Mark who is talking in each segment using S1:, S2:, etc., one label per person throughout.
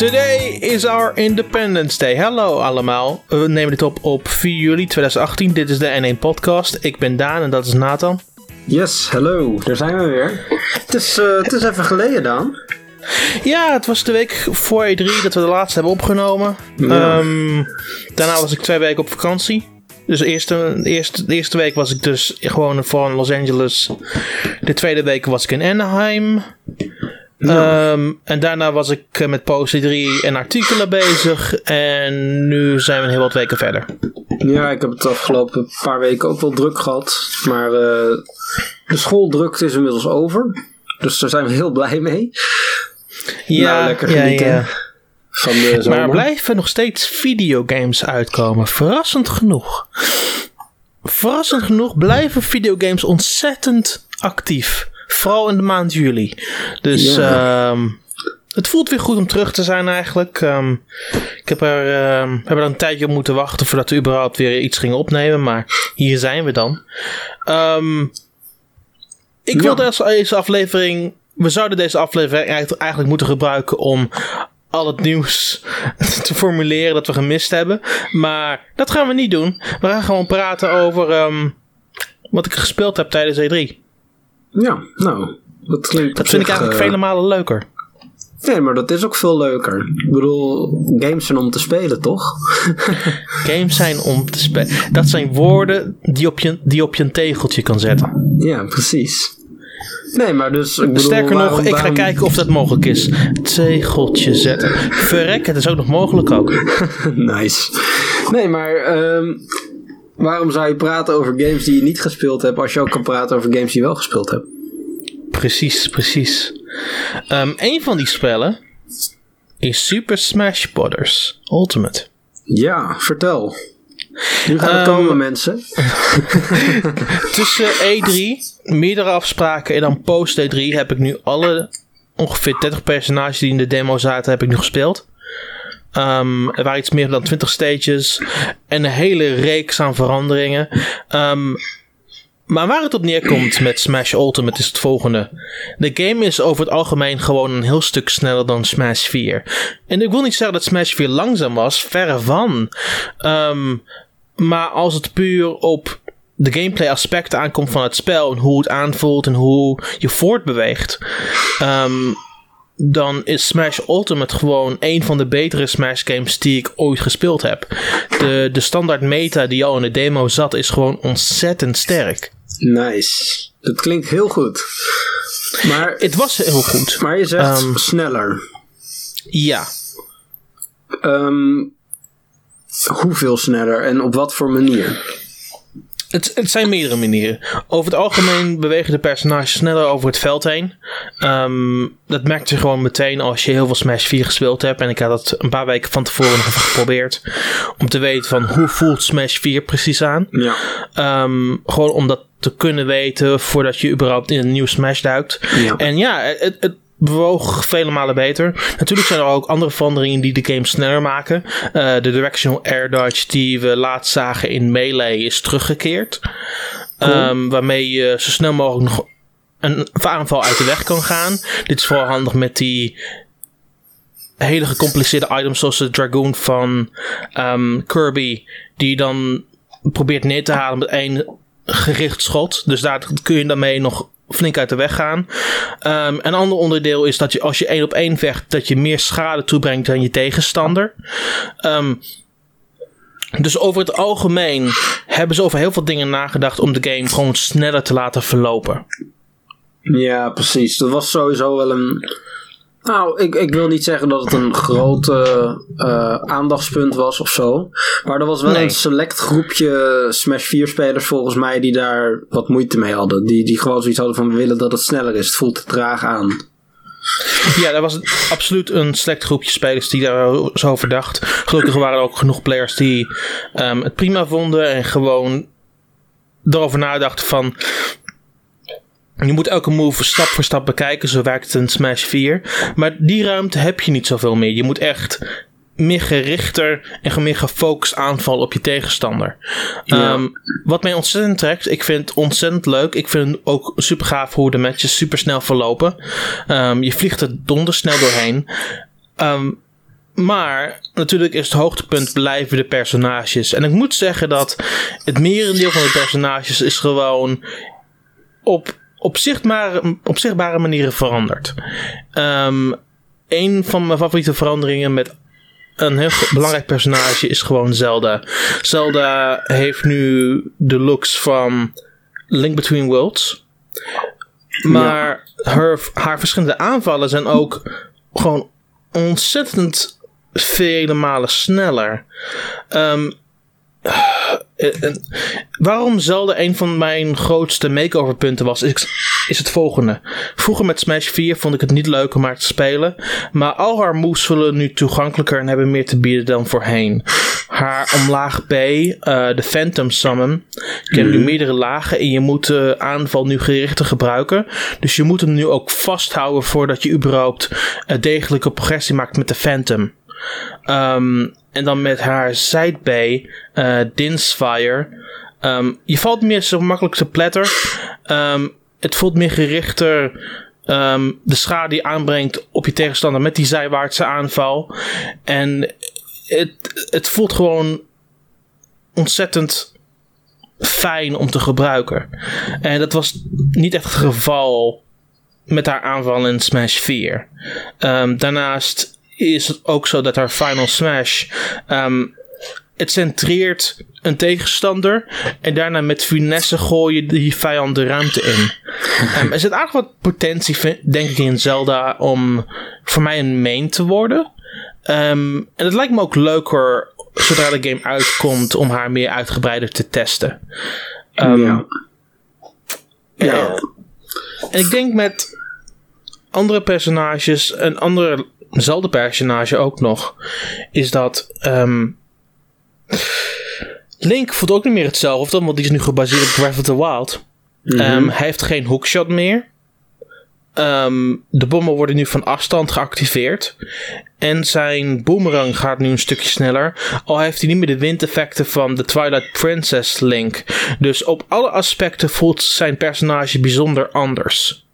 S1: Today is our Independence Day. Hallo allemaal. We nemen dit op 4 juli 2018. Dit is de N1 podcast. Ik ben Daan en dat is Nathan.
S2: Yes, hallo. Daar zijn we weer. Het is even geleden, Daan.
S1: Ja, het was de week voor E3 dat we de laatste hebben opgenomen. Ja. Daarna was ik 2 weken op vakantie. Dus de eerste week was ik dus gewoon van Los Angeles. De tweede week was ik in Anaheim. Ja. En daarna was ik met Post 3 en artikelen bezig. En nu zijn we een heel wat weken verder.
S2: Ja, ik heb het de afgelopen paar weken ook wel druk gehad. Maar de schooldrukte is inmiddels over. Dus daar zijn we heel blij mee.
S1: Ja,
S2: nou, lekker genieten.
S1: Ja.
S2: Van de zomer.
S1: Maar er blijven nog steeds videogames uitkomen. Verrassend genoeg. Verrassend genoeg blijven videogames ontzettend actief. Vooral in de maand juli. Dus het voelt weer goed om terug te zijn eigenlijk. Ik heb er een tijdje op moeten wachten voordat we überhaupt weer iets gingen opnemen. Maar hier zijn we dan. Ik wilde deze aflevering... We zouden deze aflevering eigenlijk moeten gebruiken om al het nieuws te formuleren dat we gemist hebben. Maar dat gaan we niet doen. We gaan gewoon praten over wat ik gespeeld heb tijdens E3.
S2: Ja, nou, dat klinkt
S1: dat vind ik eigenlijk vele malen leuker.
S2: Nee, maar dat is ook veel leuker. Ik bedoel, games zijn om te spelen, toch?
S1: Games zijn om te spelen. Dat zijn woorden die op je een tegeltje kan zetten.
S2: Ja, precies. Nee, maar dus... Ik bedoel,
S1: sterker nog, ik ga kijken of dat mogelijk is. Tegeltje zetten. Verrek, het is ook nog mogelijk ook.
S2: Nice. Nee, maar... waarom zou je praten over games die je niet gespeeld hebt... als je ook kan praten over games die je wel gespeeld hebt?
S1: Precies. Een van die spellen is Super Smash Bros. Ultimate.
S2: Ja, vertel. Nu gaan het komen, mensen.
S1: Tussen E3, meerdere afspraken en dan post E3 heb ik nu alle ongeveer 30 personages die in de demo zaten, heb ik nu gespeeld. Er waren iets meer dan 20 stages en een hele reeks aan veranderingen. Maar waar het op neerkomt met Smash Ultimate is het volgende. De game is over het algemeen gewoon een heel stuk sneller dan Smash 4. En ik wil niet zeggen dat Smash 4 langzaam was, verre van. Maar als het puur op de gameplay aspecten aankomt van het spel en hoe het aanvoelt en hoe je voortbeweegt, dan is Smash Ultimate gewoon een van de betere Smash games die ik ooit gespeeld heb. De standaard meta die al in de demo zat is gewoon ontzettend sterk.
S2: Nice. Dat klinkt heel goed. Maar
S1: het was heel goed.
S2: Maar je zegt sneller.
S1: Ja.
S2: Hoeveel sneller en op wat voor manier?
S1: Het zijn meerdere manieren. Over het algemeen bewegen de personages sneller over het veld heen. Dat merkte je gewoon meteen als je heel veel Smash 4 gespeeld hebt. En ik had dat een paar weken van tevoren nog even geprobeerd. Om te weten van hoe voelt Smash 4 precies aan. Ja. Gewoon om dat te kunnen weten voordat je überhaupt in een nieuw Smash duikt. Ja. En ja, het bewoog vele malen beter. Natuurlijk zijn er ook andere veranderingen die de game sneller maken. De directional air dodge die we laatst zagen in Melee is teruggekeerd. Cool. Waarmee je zo snel mogelijk nog een aanval uit de weg kan gaan. Dit is vooral handig met die hele gecompliceerde items zoals de Dragoon van Kirby, die dan probeert neer te halen met 1 gericht schot. Dus daar kun je daarmee nog flink uit de weg gaan. Een ander onderdeel is dat je als je 1-op-1 vecht, dat je meer schade toebrengt dan je tegenstander. Dus over het algemeen hebben ze over heel veel dingen nagedacht om de game gewoon sneller te laten verlopen.
S2: Ja, precies. Dat was sowieso wel een... Nou, ik wil niet zeggen dat het een groot aandachtspunt was of zo. Maar er was wel een select groepje Smash 4 spelers volgens mij die daar wat moeite mee hadden. Die gewoon zoiets hadden van we willen dat het sneller is. Het voelt te traag aan.
S1: Ja, daar was absoluut een select groepje spelers die daar zo over dacht. Gelukkig waren er ook genoeg players die het prima vonden en gewoon erover nadachten van... Je moet elke move stap voor stap bekijken, zo werkt het in Smash 4. Maar die ruimte heb je niet zoveel meer. Je moet echt meer gerichter en meer gefocust aanvallen op je tegenstander. Ja. Wat mij ontzettend trekt, ik vind het ontzettend leuk. Ik vind het ook super gaaf hoe de matches super snel verlopen. Je vliegt er dondersnel doorheen. Maar natuurlijk is het hoogtepunt blijven de personages. En ik moet zeggen dat het merendeel van de personages is gewoon op zichtbare manieren veranderd. Een van mijn favoriete veranderingen met een heel belangrijk personage is gewoon Zelda. Zelda heeft nu de looks van Link Between Worlds. Maar haar verschillende aanvallen zijn ook gewoon ontzettend vele malen sneller. Waarom Zelda een van mijn grootste makeoverpunten was, is het volgende. Vroeger met Smash 4 vond ik het niet leuk om haar te spelen, maar al haar moves zullen nu toegankelijker en hebben meer te bieden dan voorheen. Haar omlaag B, de Phantom Summon, kent nu meerdere lagen en je moet de aanval nu gerichter gebruiken. Dus je moet hem nu ook vasthouden voordat je überhaupt degelijke progressie maakt met de Phantom. En dan met haar side-B, Dinsfire. Je valt meer zo makkelijk te platter. Het voelt meer gerichter. De schade die je aanbrengt op je tegenstander met die zijwaartse aanval. En het voelt gewoon ontzettend fijn om te gebruiken. En dat was niet echt het geval met haar aanval in Smash 4. Daarnaast is het ook zo dat haar Final Smash het centreert een tegenstander en daarna met finesse gooi je die vijand de ruimte in. Er zit aardig wat potentie, denk ik, in Zelda om voor mij een main te worden. En het lijkt me ook leuker zodra de game uitkomt om haar meer uitgebreider te testen. En ik denk met andere personages, een andere Zelda-personage ook nog, is dat Link voelt ook niet meer hetzelfde, want die is nu gebaseerd op Breath of the Wild. Hij heeft geen hookshot meer. De bommen worden nu van afstand geactiveerd. En zijn boomerang gaat nu een stukje sneller. Al heeft hij niet meer de windeffecten van de Twilight Princess Link. Dus op alle aspecten voelt zijn personage bijzonder anders.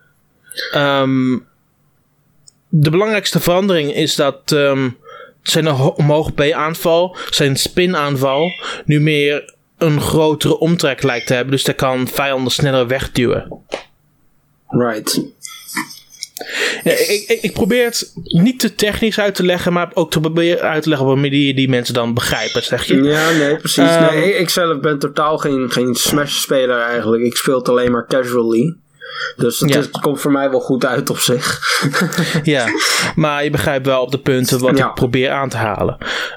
S1: De belangrijkste verandering is dat zijn omhoog B-aanval, zijn spin-aanval, nu meer een grotere omtrek lijkt te hebben. Dus hij kan vijanden sneller wegduwen.
S2: Right.
S1: Ja, ik probeer het niet te technisch uit te leggen, maar ook te proberen uit te leggen op een manier die mensen dan begrijpen, zeg je?
S2: Ja, nee, precies. Ik zelf ben totaal geen Smash-speler eigenlijk. Ik speel het alleen maar casually. Dus het komt voor mij wel goed uit op zich.
S1: Ja, maar je begrijpt wel op de punten wat ik probeer aan te halen.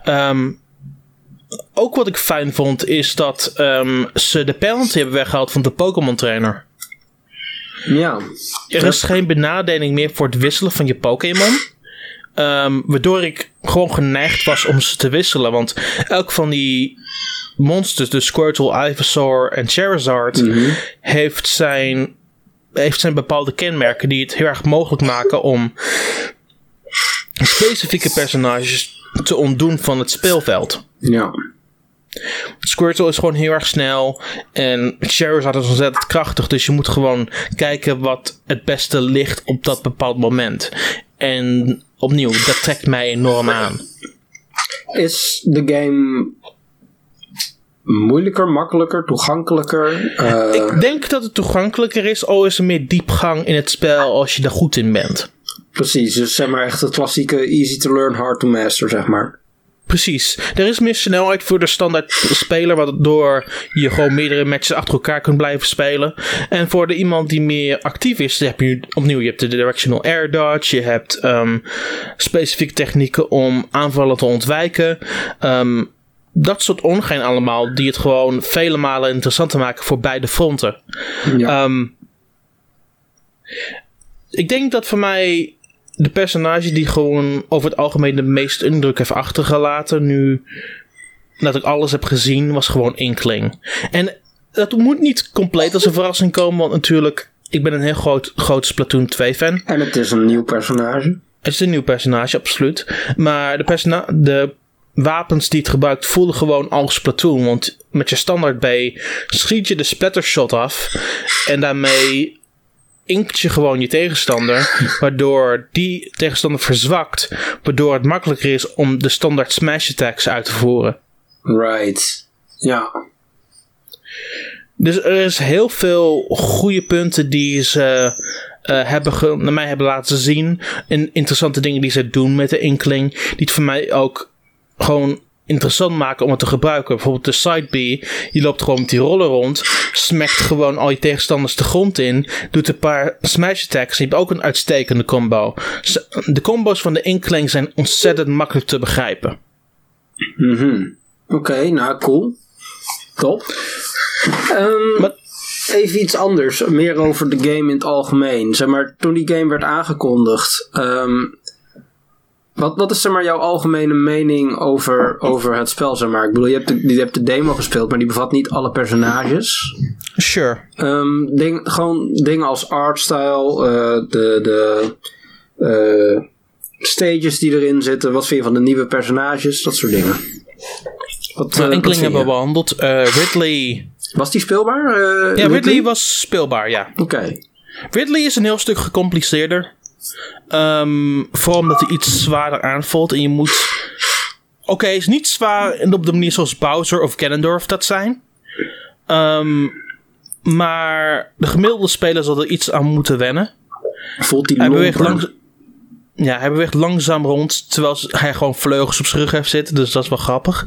S1: Ook wat ik fijn vond is dat ze de penalty hebben weggehaald van de Pokémon trainer.
S2: Ja.
S1: Er is geen benadeling meer voor het wisselen van je Pokémon. Waardoor ik gewoon geneigd was om ze te wisselen. Want elk van die monsters, de Squirtle, Ivysaur en Charizard, heeft zijn bepaalde kenmerken die het heel erg mogelijk maken om specifieke personages te ontdoen van het speelveld.
S2: Ja.
S1: Squirtle is gewoon heel erg snel en Charizard is ontzettend krachtig, dus je moet gewoon kijken wat het beste ligt op dat bepaald moment. En opnieuw, dat trekt mij enorm aan.
S2: Is de game moeilijker, makkelijker, toegankelijker?
S1: Ik denk dat het toegankelijker is, al is er meer diepgang in het spel als je er goed in bent.
S2: Precies, dus zeg maar echt het klassieke easy to learn, hard to master, zeg maar.
S1: Precies. Er is meer snelheid voor de standaard speler, waardoor je gewoon meerdere matches achter elkaar kunt blijven spelen. En voor iemand die meer actief is, heb je opnieuw je hebt de directional air dodge, je hebt specifieke technieken om aanvallen te ontwijken. Dat soort ongein allemaal, die het gewoon vele malen interessanter maken voor beide fronten. Ja. Ik denk dat voor mij de personage die gewoon over het algemeen de meeste indruk heeft achtergelaten, nu dat ik alles heb gezien, was gewoon Inkling. En dat moet niet compleet als een verrassing komen, want natuurlijk, ik ben een heel groot Splatoon 2 fan.
S2: En het is een nieuw personage.
S1: Het is een nieuw personage, absoluut. Maar de wapens die het gebruikt voelden gewoon als Splatoon, want met je standaard B schiet je de splattershot af en daarmee inkt je gewoon je tegenstander, waardoor die tegenstander verzwakt, waardoor het makkelijker is om de standaard smash attacks uit te voeren.
S2: Right. Ja.
S1: Dus er is heel veel goede punten die ze naar mij hebben laten zien. En interessante dingen die ze doen met de Inkling, die het voor mij ook gewoon interessant maken om het te gebruiken. Bijvoorbeeld de side B, je loopt gewoon met die roller rond, smekt gewoon al je tegenstanders de grond in, doet een paar smash attacks en je hebt ook een uitstekende combo. De combo's van de Inkling zijn ontzettend makkelijk te begrijpen.
S2: Oké, nou cool. Top. Even iets anders, meer over de game in het algemeen. Zeg maar, toen die game werd aangekondigd, wat is zeg maar jouw algemene mening over het spel? Zeg maar? Ik bedoel, je hebt de demo gespeeld, maar die bevat niet alle personages.
S1: Sure.
S2: Gewoon dingen als artstyle, de stages die erin zitten. Wat vind je van de nieuwe personages? Dat soort dingen.
S1: Enkeling hebben we behandeld. Ridley.
S2: Was die speelbaar?
S1: Ja, Ridley was speelbaar, ja.
S2: Oké.
S1: Ridley is een heel stuk gecompliceerder. Vooral omdat hij iets zwaarder aanvoelt. En je moet... Oké, is niet zwaar op de manier zoals Bowser of Ganondorf dat zijn. Maar de gemiddelde speler zal er iets aan moeten wennen.
S2: Voelt hij lomper?
S1: Hij beweegt langzaam rond, terwijl hij gewoon vleugels op zijn rug heeft zitten. Dus dat is wel grappig.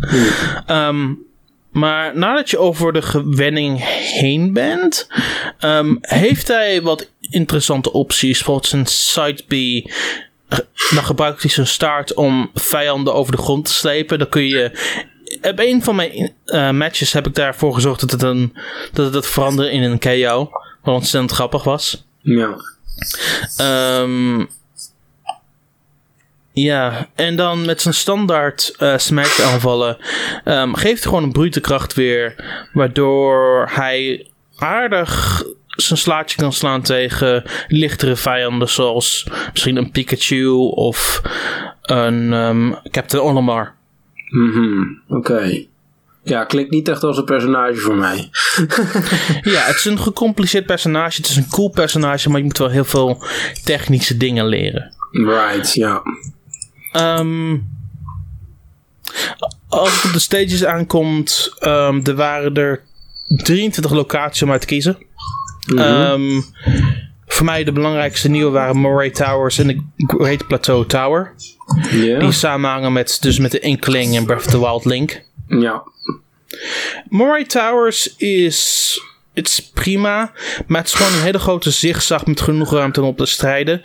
S1: Maar nadat je over de gewenning heen bent, heeft hij wat interessante opties. Bijvoorbeeld zijn side B. Dan gebruikt hij zijn staart om vijanden over de grond te slepen. Dan kun je... Op een van mijn matches heb ik daarvoor gezorgd dat het veranderde in een KO. Wat ontzettend grappig was.
S2: Ja.
S1: Ja, en dan met zijn standaard smash aanvallen geeft hij gewoon een brute kracht weer, waardoor hij aardig zijn slaatje kan slaan tegen lichtere vijanden, zoals misschien een Pikachu of een Captain Olimar.
S2: Oké. Ja, klinkt niet echt als een personage voor mij.
S1: Ja, het is een gecompliceerd personage. Het is een cool personage, maar je moet wel heel veel technische dingen leren.
S2: Right, ja.
S1: Als het op de stages aankomt, er waren er 23 locaties om uit te kiezen. Voor mij de belangrijkste nieuwe waren Moray Towers en de Great Plateau Tower.
S2: Yeah.
S1: Die samenhangen met de Inkling en Breath of the Wild Link.
S2: Ja.
S1: Moray Towers is prima, maar het is gewoon een hele grote zigzag met genoeg ruimte om op te strijden.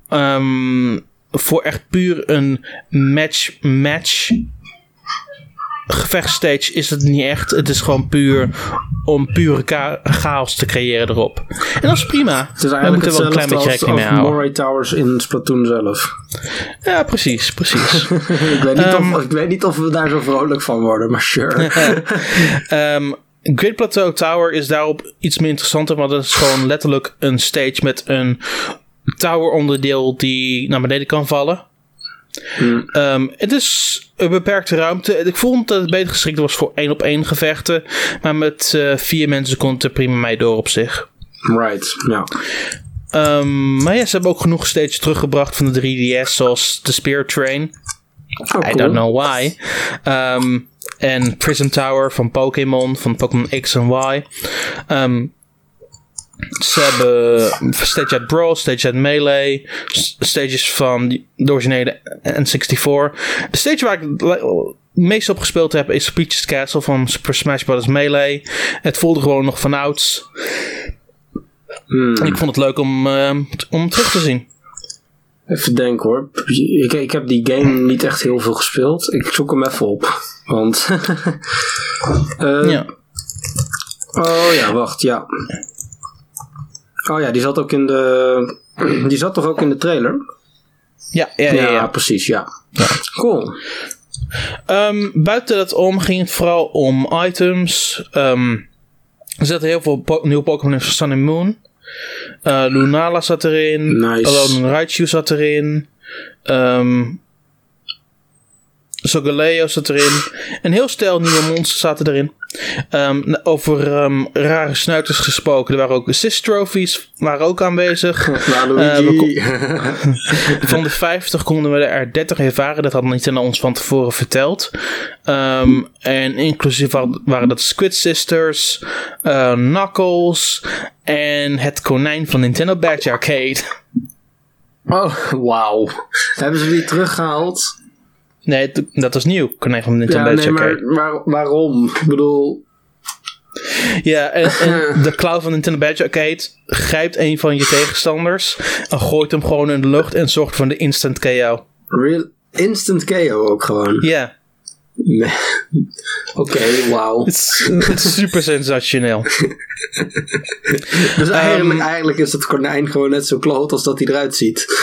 S1: Voor echt puur een match gevechtstage is het niet echt. Het is gewoon puur om pure chaos te creëren erop. En dat is prima.
S2: Het is eigenlijk
S1: we moeten wel een klein beetje rekening mee houden.
S2: Moray Towers in Splatoon zelf.
S1: Ja, precies.
S2: Ik weet niet of we daar zo vrolijk van worden, maar sure.
S1: Great Plateau Tower is daarop iets meer interessanter, want het is gewoon letterlijk een stage met een tower onderdeel die naar beneden kan vallen. Het is een beperkte ruimte. Ik vond dat het beter geschikt was voor 1-op-1 gevechten, maar met 4 mensen kon het er prima mee door op zich.
S2: Right, ja.
S1: Maar ja, ze hebben ook genoeg stages teruggebracht van de 3DS, zoals de Spirit Train.
S2: Cool.
S1: I don't know why. En Prison Tower van Pokémon X en Y. Ze hebben stage uit Brawl, stage uit Melee, stages van de originele N64. De stage waar ik het meest op gespeeld heb is Peach's Castle van Super Smash Bros. Melee. Het voelde gewoon nog van ouds. Ik vond het leuk om terug te zien.
S2: Even denken hoor. Ik heb die game niet echt heel veel gespeeld. Ik zoek hem even op. Want...
S1: ja.
S2: Oh ja, wacht, ja. Oh ja, die zat ook in de... Die zat toch ook in de trailer?
S1: Ja.
S2: Precies, ja. Cool.
S1: Buiten dat ging het vooral om items. Er zaten heel veel nieuwe Pokémon in Sun and Moon. Lunala zat erin.
S2: Nice.
S1: Alolan Raichu zat erin. Solgaleo zat erin. Een heel stel nieuwe monsters zaten erin. Over rare snuiters gesproken. Er waren ook assist trophies ook aanwezig. Van de 50 konden we er 30 ervaren. Dat had Nintendo ons van tevoren verteld. En inclusief waren dat Squid Sisters, Knuckles en het konijn van Nintendo Badge Arcade.
S2: Oh, wauw. Hebben ze die teruggehaald?
S1: Nee, dat was nieuw. Konijn van Nintendo Badge Arcade.
S2: Maar waarom? Ik bedoel...
S1: Ja, en de cloud van Nintendo Badge Arcade grijpt een van je tegenstanders en gooit hem gewoon in de lucht en zorgt voor de instant KO.
S2: Instant KO ook gewoon?
S1: Ja.
S2: Nee. Oké, wauw.
S1: Het is super sensationeel.
S2: Dus eigenlijk is het konijn gewoon net zo kloot als dat hij eruit ziet.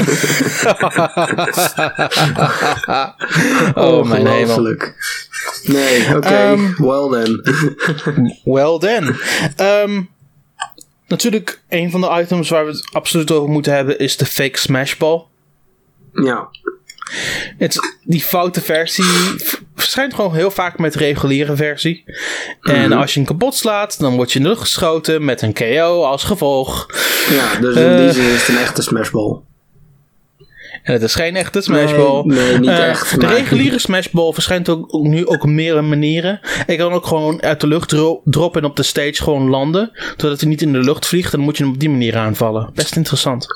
S1: Oh, mijn hemel.
S2: Nee, oké. Well then.
S1: Well then. Natuurlijk, een van de items waar we het absoluut over moeten hebben is de fake smashball.
S2: Ja.
S1: Die foute versie verschijnt gewoon heel vaak met de reguliere versie. En als je hem kapot slaat, dan word je in de lucht geschoten met een KO als gevolg.
S2: Ja, dus in die zin is het een echte smashball.
S1: En het is geen echte smashball.
S2: Nee, niet echt.
S1: De reguliere smashball verschijnt nu ook op meerdere manieren. Ik kan ook gewoon uit de lucht droppen en op de stage gewoon landen. Zodat hij niet in de lucht vliegt. En dan moet je hem op die manier aanvallen. Best interessant.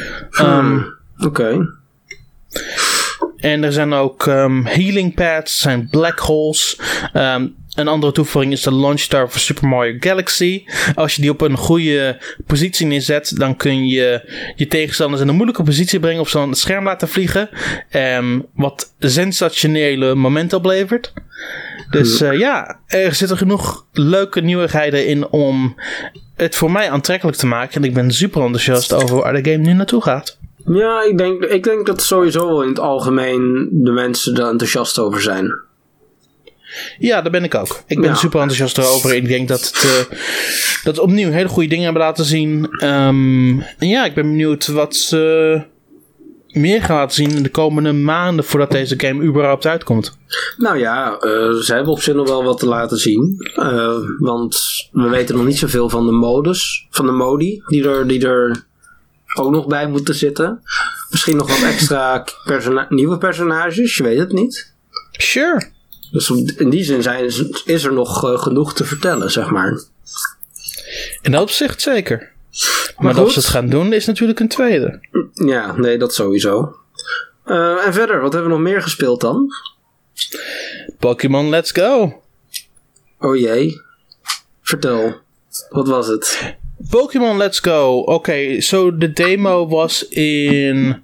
S2: Oké.
S1: En er zijn ook healing pads, zijn black holes. Een andere toevoeging is de launch star voor Super Mario Galaxy. Als je die op een goede positie neerzet, dan kun je je tegenstanders in een moeilijke positie brengen of ze aan het scherm laten vliegen. Wat sensationele momenten oplevert. Dus er zitten genoeg leuke nieuwigheden in om het voor mij aantrekkelijk te maken. En ik ben super enthousiast over waar de game nu naartoe gaat.
S2: Ja, ik denk dat sowieso wel in het algemeen de mensen er enthousiast over zijn.
S1: Ja, daar ben ik ook. Ik ben super enthousiast erover. Ik denk dat het opnieuw hele goede dingen hebben laten zien. En ik ben benieuwd wat ze meer gaan laten zien in de komende maanden voordat deze game überhaupt uitkomt.
S2: Nou ja, ze hebben op zich nog wel wat te laten zien. Want we weten nog niet zoveel van de modi die er ook nog bij moeten zitten. Misschien nog wat extra nieuwe personages, je weet het niet.
S1: Sure.
S2: Dus in die zin is er nog genoeg te vertellen, zeg maar.
S1: In dat opzicht zeker. Maar of ze het gaan doen is natuurlijk een tweede.
S2: Ja, nee, dat sowieso. En verder, wat hebben we nog meer gespeeld dan?
S1: Pokémon Let's Go.
S2: Oh jee. Vertel. Wat was het?
S1: Pokémon Let's Go. Oké, de demo was in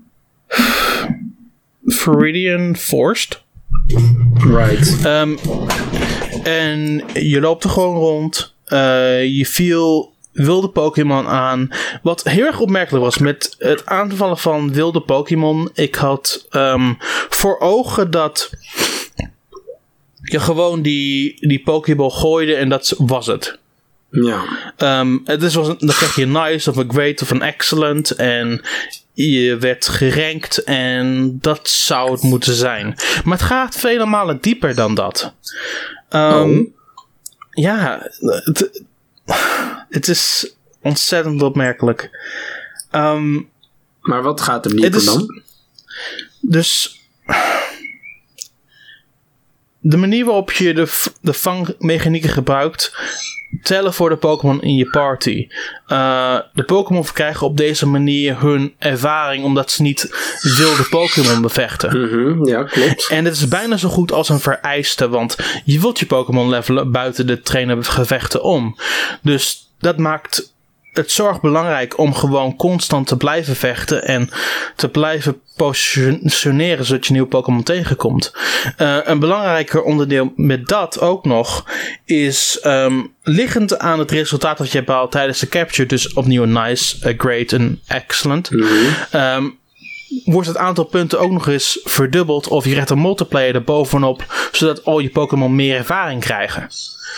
S1: Viridian Forest.
S2: Right.
S1: En je loopt er gewoon rond. Je viel wilde Pokémon aan. Wat heel erg opmerkelijk was met het aanvallen van wilde Pokémon. Ik had voor ogen dat je gewoon die Pokéball gooide en dat was het.
S2: Ja.
S1: Dan kreeg je een nice of een great of een excellent. En je werd gerankt en dat zou het moeten zijn. Maar het gaat vele malen dieper dan dat. Ja, het is ontzettend opmerkelijk.
S2: Maar wat gaat er dieper dan?
S1: Dus de manier waarop je de vangmechanieken gebruikt tellen voor de Pokémon in je party. De Pokémon verkrijgen op deze manier hun ervaring omdat ze niet wilde Pokémon bevechten.
S2: Ja, klopt.
S1: En het is bijna zo goed als een vereiste, want je wilt je Pokémon levelen buiten de trainer-gevechten om. Dus dat maakt het zorg belangrijk om gewoon constant te blijven vechten en te blijven positioneren zodat je nieuwe Pokémon tegenkomt. Een belangrijker onderdeel met dat ook nog is liggend aan het resultaat dat je behaalt tijdens de capture, dus opnieuw een nice, great en excellent, wordt het aantal punten ook nog eens verdubbeld of je krijgt een multiplayer erbovenop zodat al je Pokémon meer ervaring krijgen.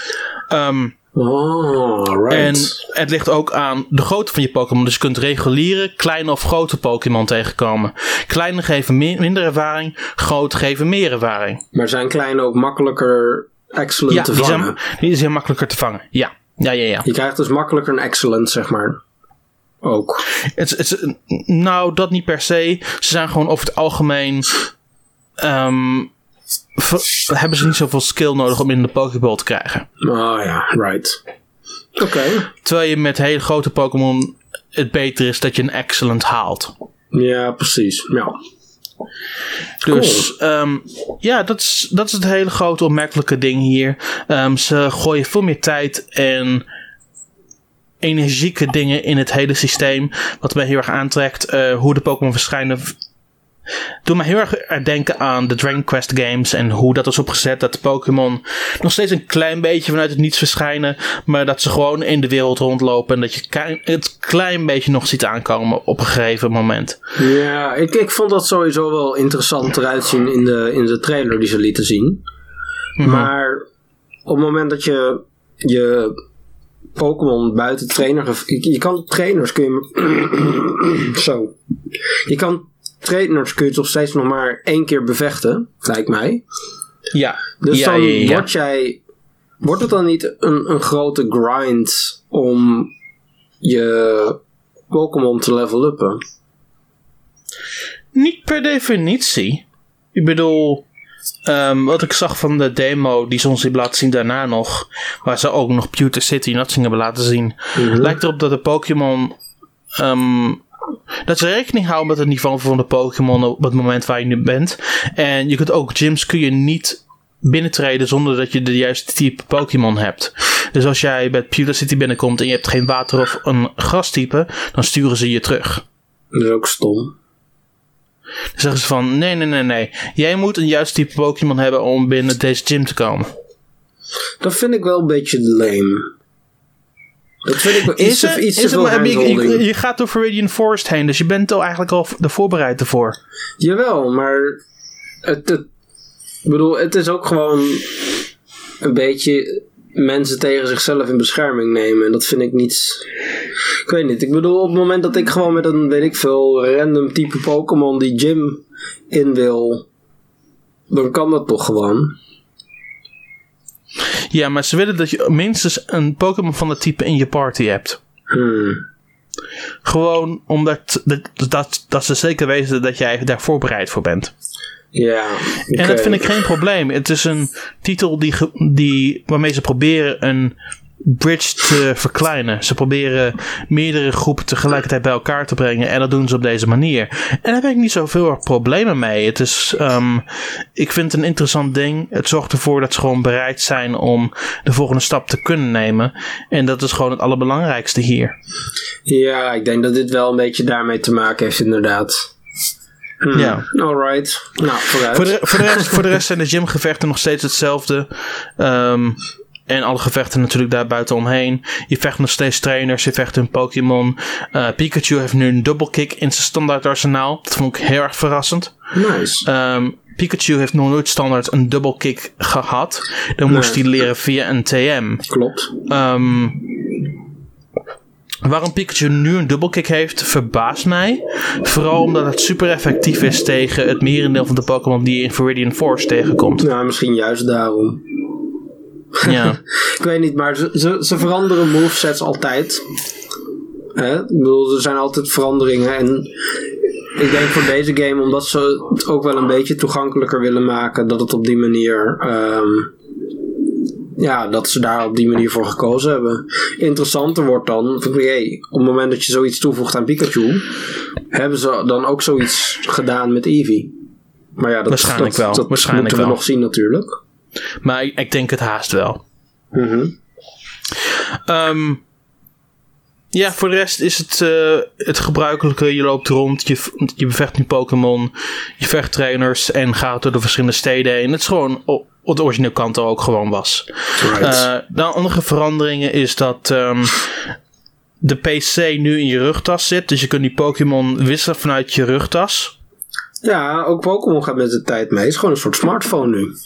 S2: Right.
S1: En het ligt ook aan de grootte van je Pokémon. Dus je kunt reguliere, kleine of grote Pokémon tegenkomen. Kleine geven minder ervaring, grote geven meer ervaring.
S2: Maar zijn kleine ook makkelijker excellent te vangen.
S1: Die is heel makkelijker te vangen. Ja.
S2: Je krijgt dus makkelijker een excellent, zeg maar. Ook.
S1: Nou, dat niet per se. Ze zijn gewoon over het algemeen... hebben ze niet zoveel skill nodig om in de Pokéball te krijgen.
S2: Oh ja, right. Oké.
S1: Terwijl je met hele grote Pokémon het beter is dat je een excellent haalt.
S2: Ja, precies. Ja.
S1: Dus dat is het hele grote opmerkelijke ding hier. Ze gooien veel meer tijd en energieke dingen in het hele systeem. Wat mij heel erg aantrekt. Hoe de Pokémon verschijnen. Doe me heel erg denken aan de Dragon Quest games. En hoe dat is opgezet. Dat de Pokémon nog steeds een klein beetje vanuit het niets verschijnen. Maar dat ze gewoon in de wereld rondlopen. En dat je het klein beetje nog ziet aankomen op een gegeven moment.
S2: Ja, ik vond dat sowieso wel interessant eruit zien in de trailer die ze lieten zien. Mm-hmm. Maar op het moment dat je Pokémon buiten trainer... Je kan trainers kun je... Zo. Je kan trainers kun je toch steeds nog maar 1 keer bevechten, lijkt mij.
S1: Ja.
S2: Dus dan wordt het dan niet een grote grind om je Pokémon te level-uppen?
S1: Niet per definitie. Ik bedoel, wat ik zag van de demo die ze ons hebben laten zien daarna nog, waar ze ook nog Pewter City Nutsing hebben laten zien, lijkt erop dat de Pokémon... dat ze rekening houden met het niveau van de Pokémon op het moment waar je nu bent. En je kunt ook gyms kun je niet binnentreden zonder dat je de juiste type Pokémon hebt. Dus als jij bij Pewter City binnenkomt en je hebt geen water of een grastype, dan sturen ze je terug.
S2: Dat is ook stom.
S1: Dan zeggen ze van, nee. Jij moet een juist type Pokémon hebben om binnen deze gym te komen.
S2: Dat vind ik wel een beetje lame. Dat vind ik wel iets te veel handholding.
S1: Je gaat door Viridian Forest heen, dus je bent al eigenlijk al voorbereid ervoor.
S2: Jawel, maar het is ook gewoon een beetje mensen tegen zichzelf in bescherming nemen. En dat vind ik niet... Ik weet niet. Ik bedoel, op het moment dat ik gewoon met een, weet ik veel, random type Pokémon die gym in wil, dan kan dat toch gewoon.
S1: Ja, maar ze willen dat je minstens een Pokémon van dat type in je party hebt. Gewoon omdat dat ze zeker weten dat jij daar voorbereid voor bent.
S2: Ja. Okay.
S1: En dat vind ik geen probleem. Het is een titel waarmee ze proberen een bridge te verkleinen. Ze proberen meerdere groepen tegelijkertijd bij elkaar te brengen. En dat doen ze op deze manier. En daar heb ik niet zoveel problemen mee. Het is, ik vind het een interessant ding. Het zorgt ervoor dat ze gewoon bereid zijn om de volgende stap te kunnen nemen. En dat is gewoon het allerbelangrijkste hier.
S2: Ja, ik denk dat dit wel een beetje daarmee te maken heeft inderdaad.
S1: Ja.
S2: Alright. Nou, vooruit.
S1: Voor de rest zijn de gymgevechten nog steeds hetzelfde. En alle gevechten natuurlijk daar buitenomheen. Je vecht nog steeds trainers, je vecht een Pokémon. Pikachu heeft nu een double kick in zijn standaard arsenaal. Dat vond ik heel erg verrassend.
S2: Nice.
S1: Pikachu heeft nog nooit standaard een double kick gehad. Dan moest hij leren via een TM.
S2: Klopt.
S1: Waarom Pikachu nu een double kick heeft, verbaast mij. Vooral omdat het super effectief is tegen het merendeel van de Pokémon die je in Viridian Forest tegenkomt.
S2: Ja, misschien juist daarom.
S1: Ja.
S2: Ik weet niet, maar ze veranderen movesets altijd. Ik bedoel, er zijn altijd veranderingen. En ik denk voor deze game, omdat ze het ook wel een beetje toegankelijker willen maken, dat het op die manier... dat ze daar op die manier voor gekozen hebben. Interessanter wordt dan, op het moment dat je zoiets toevoegt aan Pikachu, hebben ze dan ook zoiets gedaan met Eevee. Maar ja, dat moeten we nog zien natuurlijk.
S1: Maar ik denk het haast wel. Ja, voor de rest is het gebruikelijke. Je loopt rond, je bevecht nu Pokémon, je vecht trainers en gaat door de verschillende steden heen. Het is gewoon wat de originele kant er ook gewoon was.
S2: Right.
S1: De andere veranderingen is dat de PC nu in je rugtas zit. Dus je kunt die Pokémon wisselen vanuit je rugtas.
S2: Ja, ook Pokémon gaat met de tijd mee. Het is gewoon een soort smartphone nu.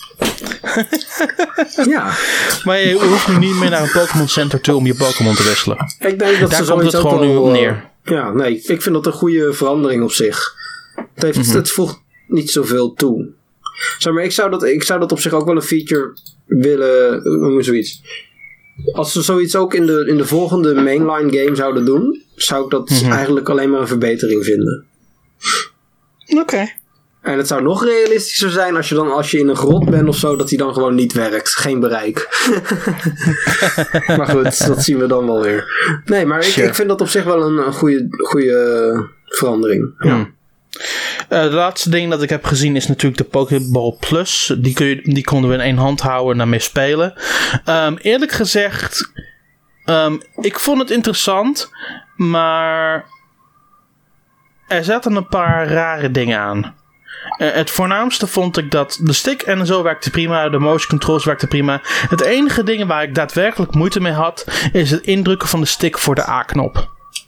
S2: Ja.
S1: Maar je hoeft nu niet meer naar een Pokémon Center toe om je Pokémon te wisselen.
S2: Ik denk dat
S1: daar komt het gewoon nu op neer.
S2: Ja, nee, ik vind dat een goede verandering op zich. Het voegt niet zoveel toe. Zeg maar, ik zou dat op zich ook wel een feature willen... Noem zoiets. Als ze zoiets ook in de volgende mainline game zouden doen... zou ik dat eigenlijk alleen maar een verbetering vinden.
S3: Oké.
S2: En het zou nog realistischer zijn als je in een grot bent of zo... dat die dan gewoon niet werkt. Geen bereik. Maar goed, dat zien we dan wel weer. Nee, maar ik vind dat op zich wel een goede verandering. Ja.
S3: De laatste ding dat ik heb gezien is natuurlijk de Pokéball Plus. Die konden we in 1 hand houden en daarmee spelen. Eerlijk gezegd, ik vond het interessant, maar er zaten een paar rare dingen aan. Het voornaamste vond ik dat de stick en zo werkte prima, de motion controls werkte prima. Het enige ding waar ik daadwerkelijk moeite mee had, is het indrukken van de stick voor de A-knop.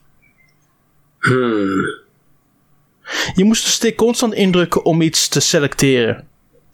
S3: Je moest de stick constant indrukken om iets te selecteren.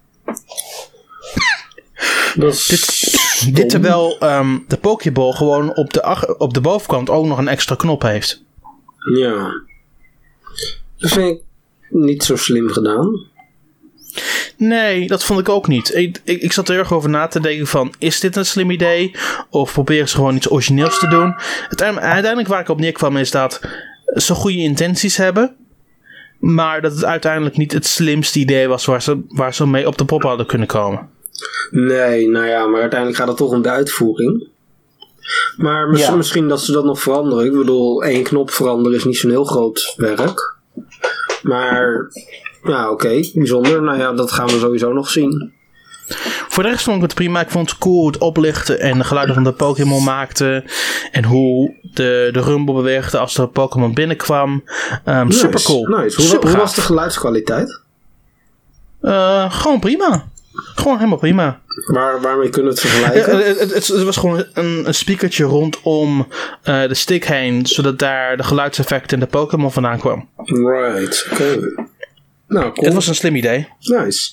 S3: Dit terwijl de Pokéball gewoon op de bovenkant ook nog een extra knop heeft.
S2: Ja. Dat vind ik niet zo slim gedaan.
S3: Nee, dat vond ik ook niet. Ik zat er erg over na te denken van... is dit een slim idee? Of proberen ze gewoon iets origineels te doen? Uiteindelijk waar ik op neerkwam is dat... ze goede intenties hebben... maar dat het uiteindelijk niet het slimste idee was... waar ze mee op de pop hadden kunnen komen.
S2: Nee, nou ja, maar uiteindelijk gaat het toch om de uitvoering. Maar misschien dat ze dat nog veranderen. Ik bedoel, 1 knop veranderen is niet zo'n heel groot werk. Maar, ja, oké, bijzonder. Nou ja, dat gaan we sowieso nog zien.
S3: Voor de rest vond ik het prima. Ik vond het cool het oplichten en de geluiden van de Pokémon maakte. En hoe de Rumble beweegde als er een Pokémon binnenkwam. Super cool.
S2: Nice. Hoe was de geluidskwaliteit?
S3: Gewoon prima. Gewoon helemaal prima.
S2: Waarmee kunnen we het vergelijken?
S3: Het was gewoon een speakertje rondom de stick heen, zodat daar de geluidseffecten en de Pokémon vandaan kwam.
S2: Right, oké. Nou, cool.
S3: Het was een slim idee.
S2: Nice.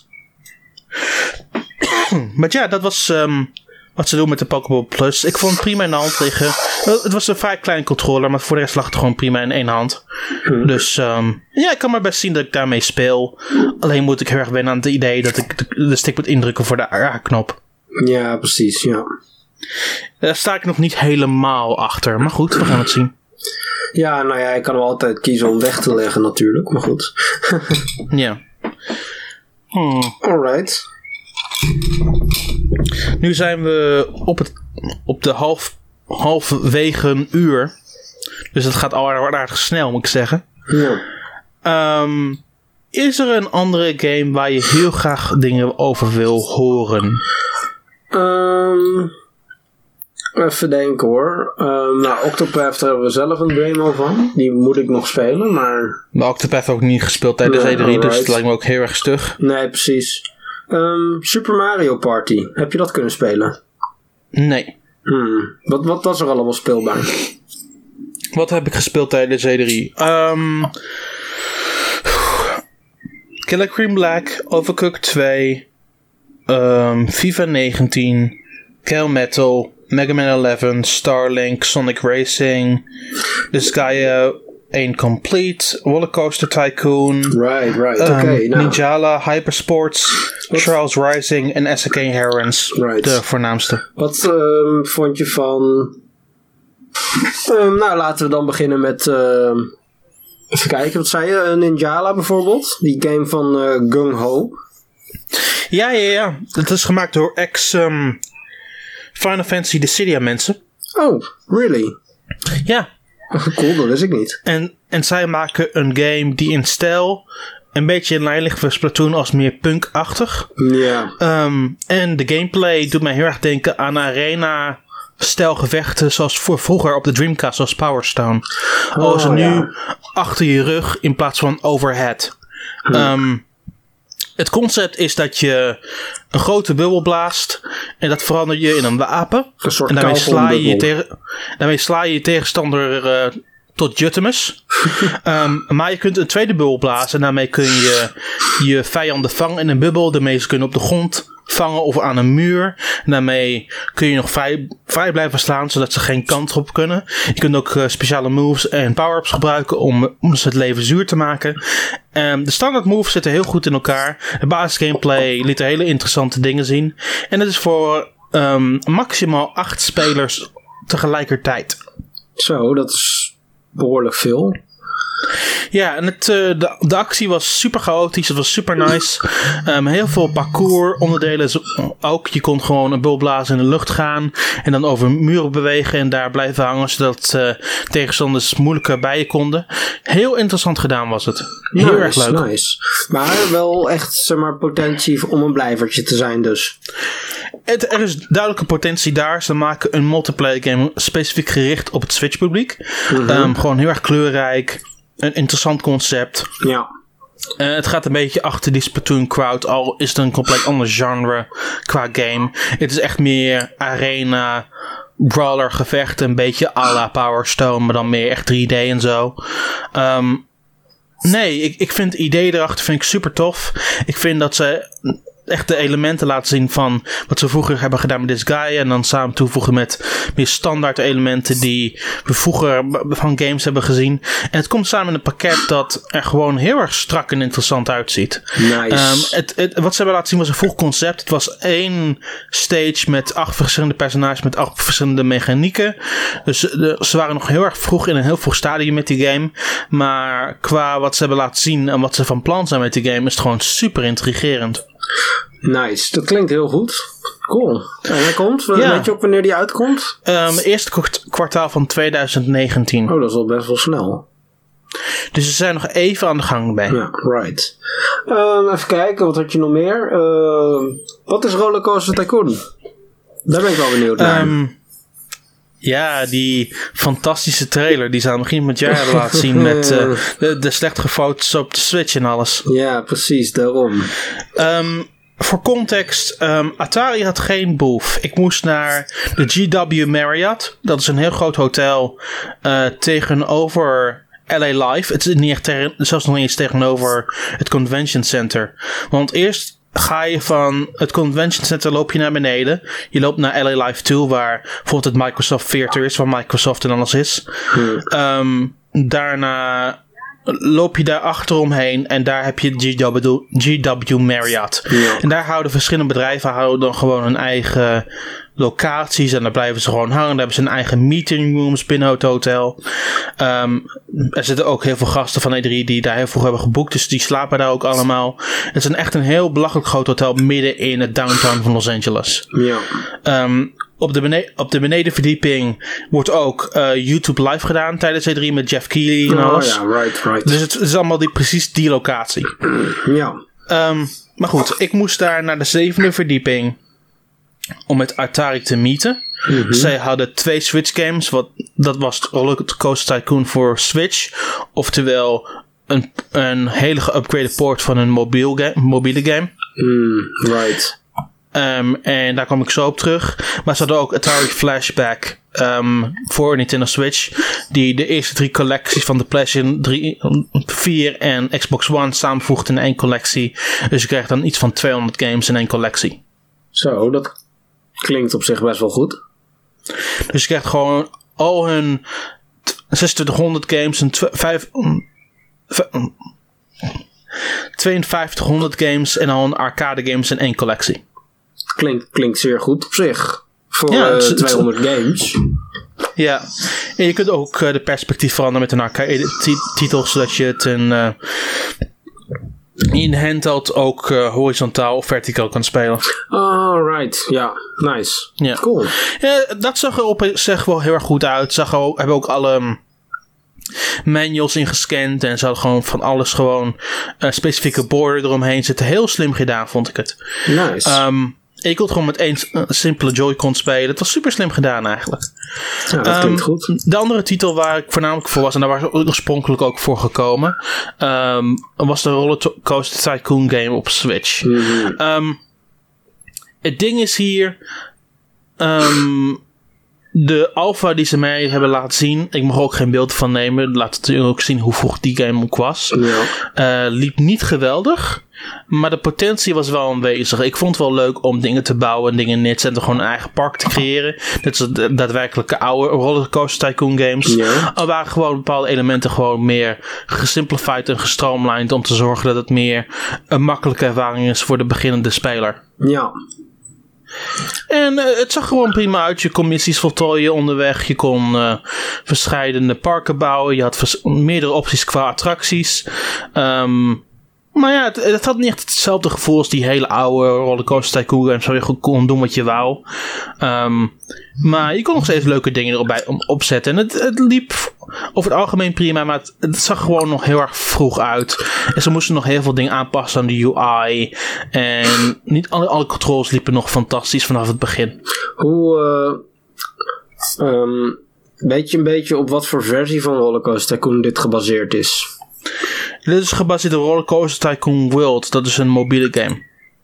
S3: Maar ja, dat was wat ze doen met de Pokéball Plus. Ik vond het prima in de hand liggen. Het was een vrij klein controller, maar voor de rest lag het gewoon prima in 1 hand. Dus ja, ik kan maar best zien dat ik daarmee speel. Alleen moet ik heel erg wennen aan het idee dat ik de stick moet indrukken voor de A-knop.
S2: Ja, precies, ja.
S3: Daar sta ik nog niet helemaal achter, maar goed, we gaan het zien.
S2: Ja, nou ja, ik kan hem altijd kiezen om weg te leggen natuurlijk, maar goed.
S3: Ja.
S2: Alright.
S3: Nu zijn we op de halverwege uur. Dus het gaat al aardig snel, moet ik zeggen.
S2: Ja.
S3: Is er een andere game waar je heel graag dingen over wil horen?
S2: Even denken hoor. Nou, Octopath hebben we zelf een demo van. Die moet ik nog spelen, maar...
S3: Maar Octopath heb ik niet gespeeld tijdens E3, dus het lijkt me ook heel erg stug.
S2: Nee, precies. Super Mario Party. Heb je dat kunnen spelen?
S3: Nee.
S2: Wat was er allemaal speelbaar?
S3: Wat heb ik gespeeld tijdens E3? Killer Queen Black, Overcooked 2, FIFA 19, Cal Metal, Mega Man 11, Starlink, Sonic Racing, Disgaea 1 Complete, Rollercoaster Tycoon,
S2: right. Okay, nou.
S3: Ninjala, Hypersports, Charles Rising en SNK Herons.
S2: Right.
S3: De voornaamste.
S2: Wat vond je van... nou, laten we dan beginnen met... even kijken, wat zei je? Ninjala bijvoorbeeld? Die game van Gung Ho.
S3: Ja. Het is gemaakt door Final Fantasy Dissidia mensen.
S2: Oh, really?
S3: Ja.
S2: Cool, dat wist ik niet.
S3: En zij maken een game die in stijl een beetje in lijn ligt voor Splatoon als meer punk-achtig.
S2: Ja.
S3: En de gameplay doet mij heel erg denken aan arena-stijlgevechten zoals vroeger op de Dreamcast, zoals Power Stone. Ze nu achter je rug in plaats van overhead. Het concept is dat je een grote bubbel blaast en dat verander je in een wapen.
S2: Een soort
S3: en daarmee sla je je tegenstander tot Juttemus. Maar je kunt een tweede bubbel blazen. En daarmee kun je vijanden vangen in een bubbel. De meeste kunnen op de grond vangen of aan een muur. En daarmee kun je nog vrij blijven slaan, zodat ze geen kant op kunnen. Je kunt ook speciale moves en power-ups gebruiken om ze het leven zuur te maken. De standaard moves zitten heel goed in elkaar. De basis gameplay liet hele interessante dingen zien. En het is voor maximaal 8 spelers tegelijkertijd.
S2: Zo, dat is behoorlijk veel.
S3: Ja, en de actie was super chaotisch. Het was super nice. Heel veel parcours onderdelen ook. Je kon gewoon een bubbel blazen in de lucht gaan. En dan over muren bewegen en daar blijven hangen. Zodat tegenstanders moeilijker bij je konden. Heel interessant gedaan was het. Heel erg leuk.
S2: Nice. Maar wel echt, zeg maar, potentie om een blijvertje te zijn dus.
S3: Er is duidelijke potentie daar. Ze maken een multiplayer game specifiek gericht op het Switch publiek. Gewoon heel erg kleurrijk. Een interessant concept.
S2: Ja.
S3: Het gaat een beetje achter die Splatoon crowd. Al is het een compleet ander genre qua game. Het is echt meer arena, brawler gevecht. Een beetje à la Power Stone. Maar dan meer echt 3D en zo. Nee, ik vind het idee erachter super tof. Ik vind dat ze echt de elementen laten zien van wat ze vroeger hebben gedaan met This Guy. En dan samen toevoegen met meer standaard elementen die we vroeger van games hebben gezien. En het komt samen in een pakket dat er gewoon heel erg strak en interessant uitziet.
S2: Nice.
S3: Wat ze hebben laten zien was een vroeg concept. Het was 1 stage met 8 verschillende personages met 8 verschillende mechanieken. Dus ze waren nog heel erg vroeg in een heel vroeg stadium met die game. Maar qua wat ze hebben laten zien en wat ze van plan zijn met die game is het gewoon super intrigerend.
S2: Nice, dat klinkt heel goed. Cool. En hij komt? Weet je ook wanneer die uitkomt?
S3: Eerste kwartaal van 2019.
S2: Oh, dat is al best wel snel.
S3: Dus ze zijn nog even aan de gang bij.
S2: Ja, right. Even kijken, wat had je nog meer? Wat is Rollercoaster Tycoon? Daar ben ik wel benieuwd naar.
S3: Ja, die fantastische trailer die ze aan het begin van het jaar hebben laten zien met de slecht gefoto's op de Switch en alles.
S2: Ja, precies, daarom.
S3: Voor context, Atari had geen booth. Ik moest naar de GW Marriott. Dat is een heel groot hotel tegenover LA Live. Het is niet echt zelfs nog niet eens tegenover het Convention Center. Want eerst ga je van het Convention Center loop je naar beneden. Je loopt naar LA Live toe, waar bijvoorbeeld het Microsoft Theater is, waar Microsoft en alles is. Daarna loop je daar achterom en daar heb je GW Marriott. Ja. En daar houden verschillende bedrijven dan gewoon hun eigen locaties en daar blijven ze gewoon hangen. Daar hebben ze hun eigen meeting rooms binnen het hotel. Er zitten ook heel veel gasten van E3 die daar heel vroeg hebben geboekt, dus die slapen daar ook allemaal. Het is echt een heel belachelijk groot hotel midden in het downtown van Los Angeles.
S2: Ja.
S3: Op de benedenverdieping wordt ook YouTube live gedaan tijdens E3 met Jeff Keighley en alles.
S2: Ja, right.
S3: Dus het is allemaal precies die locatie.
S2: Ja.
S3: Maar goed, ik moest daar naar de 7e verdieping om met Atari te meeten. Zij hadden 2 Switch games. Dat was Rollercoaster Tycoon voor Switch. Oftewel een hele geupgraded port van een mobiele game.
S2: Right.
S3: En daar kwam ik zo op terug. Maar ze hadden ook Atari Flashback voor Nintendo Switch. Die de eerste 3 collecties van de PlayStation 4 en Xbox One samenvoegt in 1 collectie. Dus je krijgt dan iets van 200 games in 1 collectie.
S2: Zo, dat klinkt op zich best wel goed.
S3: Dus je krijgt gewoon al hun 2600 games en 5200 games en al een arcade games in 1 collectie.
S2: Klinkt zeer goed op zich. Voor 200 games.
S3: Ja, en je kunt ook de perspectief veranderen met een arcade titel, zodat je het in handheld ook horizontaal of verticaal kan spelen.
S2: Alright, ja, nice.
S3: Ja.
S2: Cool.
S3: Dat zag er op zich wel heel erg goed uit. Hebben ook alle manuals ingescand en ze hadden gewoon van alles gewoon specifieke border eromheen zitten. Heel slim gedaan, vond ik het.
S2: Nice.
S3: Je kon gewoon met 1 simpele Joy-Con spelen. Het was super slim gedaan eigenlijk.
S2: Ja, dat klinkt goed.
S3: De andere titel waar ik voornamelijk voor was, en daar was ik oorspronkelijk ook voor gekomen, was de Rollercoaster Tycoon game op Switch. Het ding is hier, de alpha die ze mij hebben laten zien, ik mag ook geen beeld van nemen, laat het ook zien hoe vroeg die game ook was. Ja. Liep niet geweldig, maar de potentie was wel aanwezig. Ik vond het wel leuk om dingen te bouwen en dingen neer te zetten, gewoon een eigen park te creëren. Net als de daadwerkelijke oude Rollercoaster Tycoon games. Ja. Er waren gewoon bepaalde elementen gewoon meer gesimplified en gestroomlijnd om te zorgen dat het meer een makkelijke ervaring is voor de beginnende speler.
S2: Ja.
S3: En het zag gewoon prima uit. Je kon missies voltooien onderweg. Je kon verscheidene parken bouwen. Je had meerdere opties qua attracties. Maar ja, het had niet echt hetzelfde gevoel als die hele oude Rollercoaster Tycoon games, waar je gewoon kon doen wat je wou. Maar je kon nog steeds leuke dingen erbij opzetten. En het liep over het algemeen prima, maar het zag gewoon nog heel erg vroeg uit. En ze moesten nog heel veel dingen aanpassen aan de UI. En niet alle controls liepen nog fantastisch vanaf het begin.
S2: Weet je een beetje op wat voor versie van Rollercoaster Tycoon dit gebaseerd is?
S3: Dit is gebaseerd op Rollercoaster Tycoon World. Dat is een mobiele game.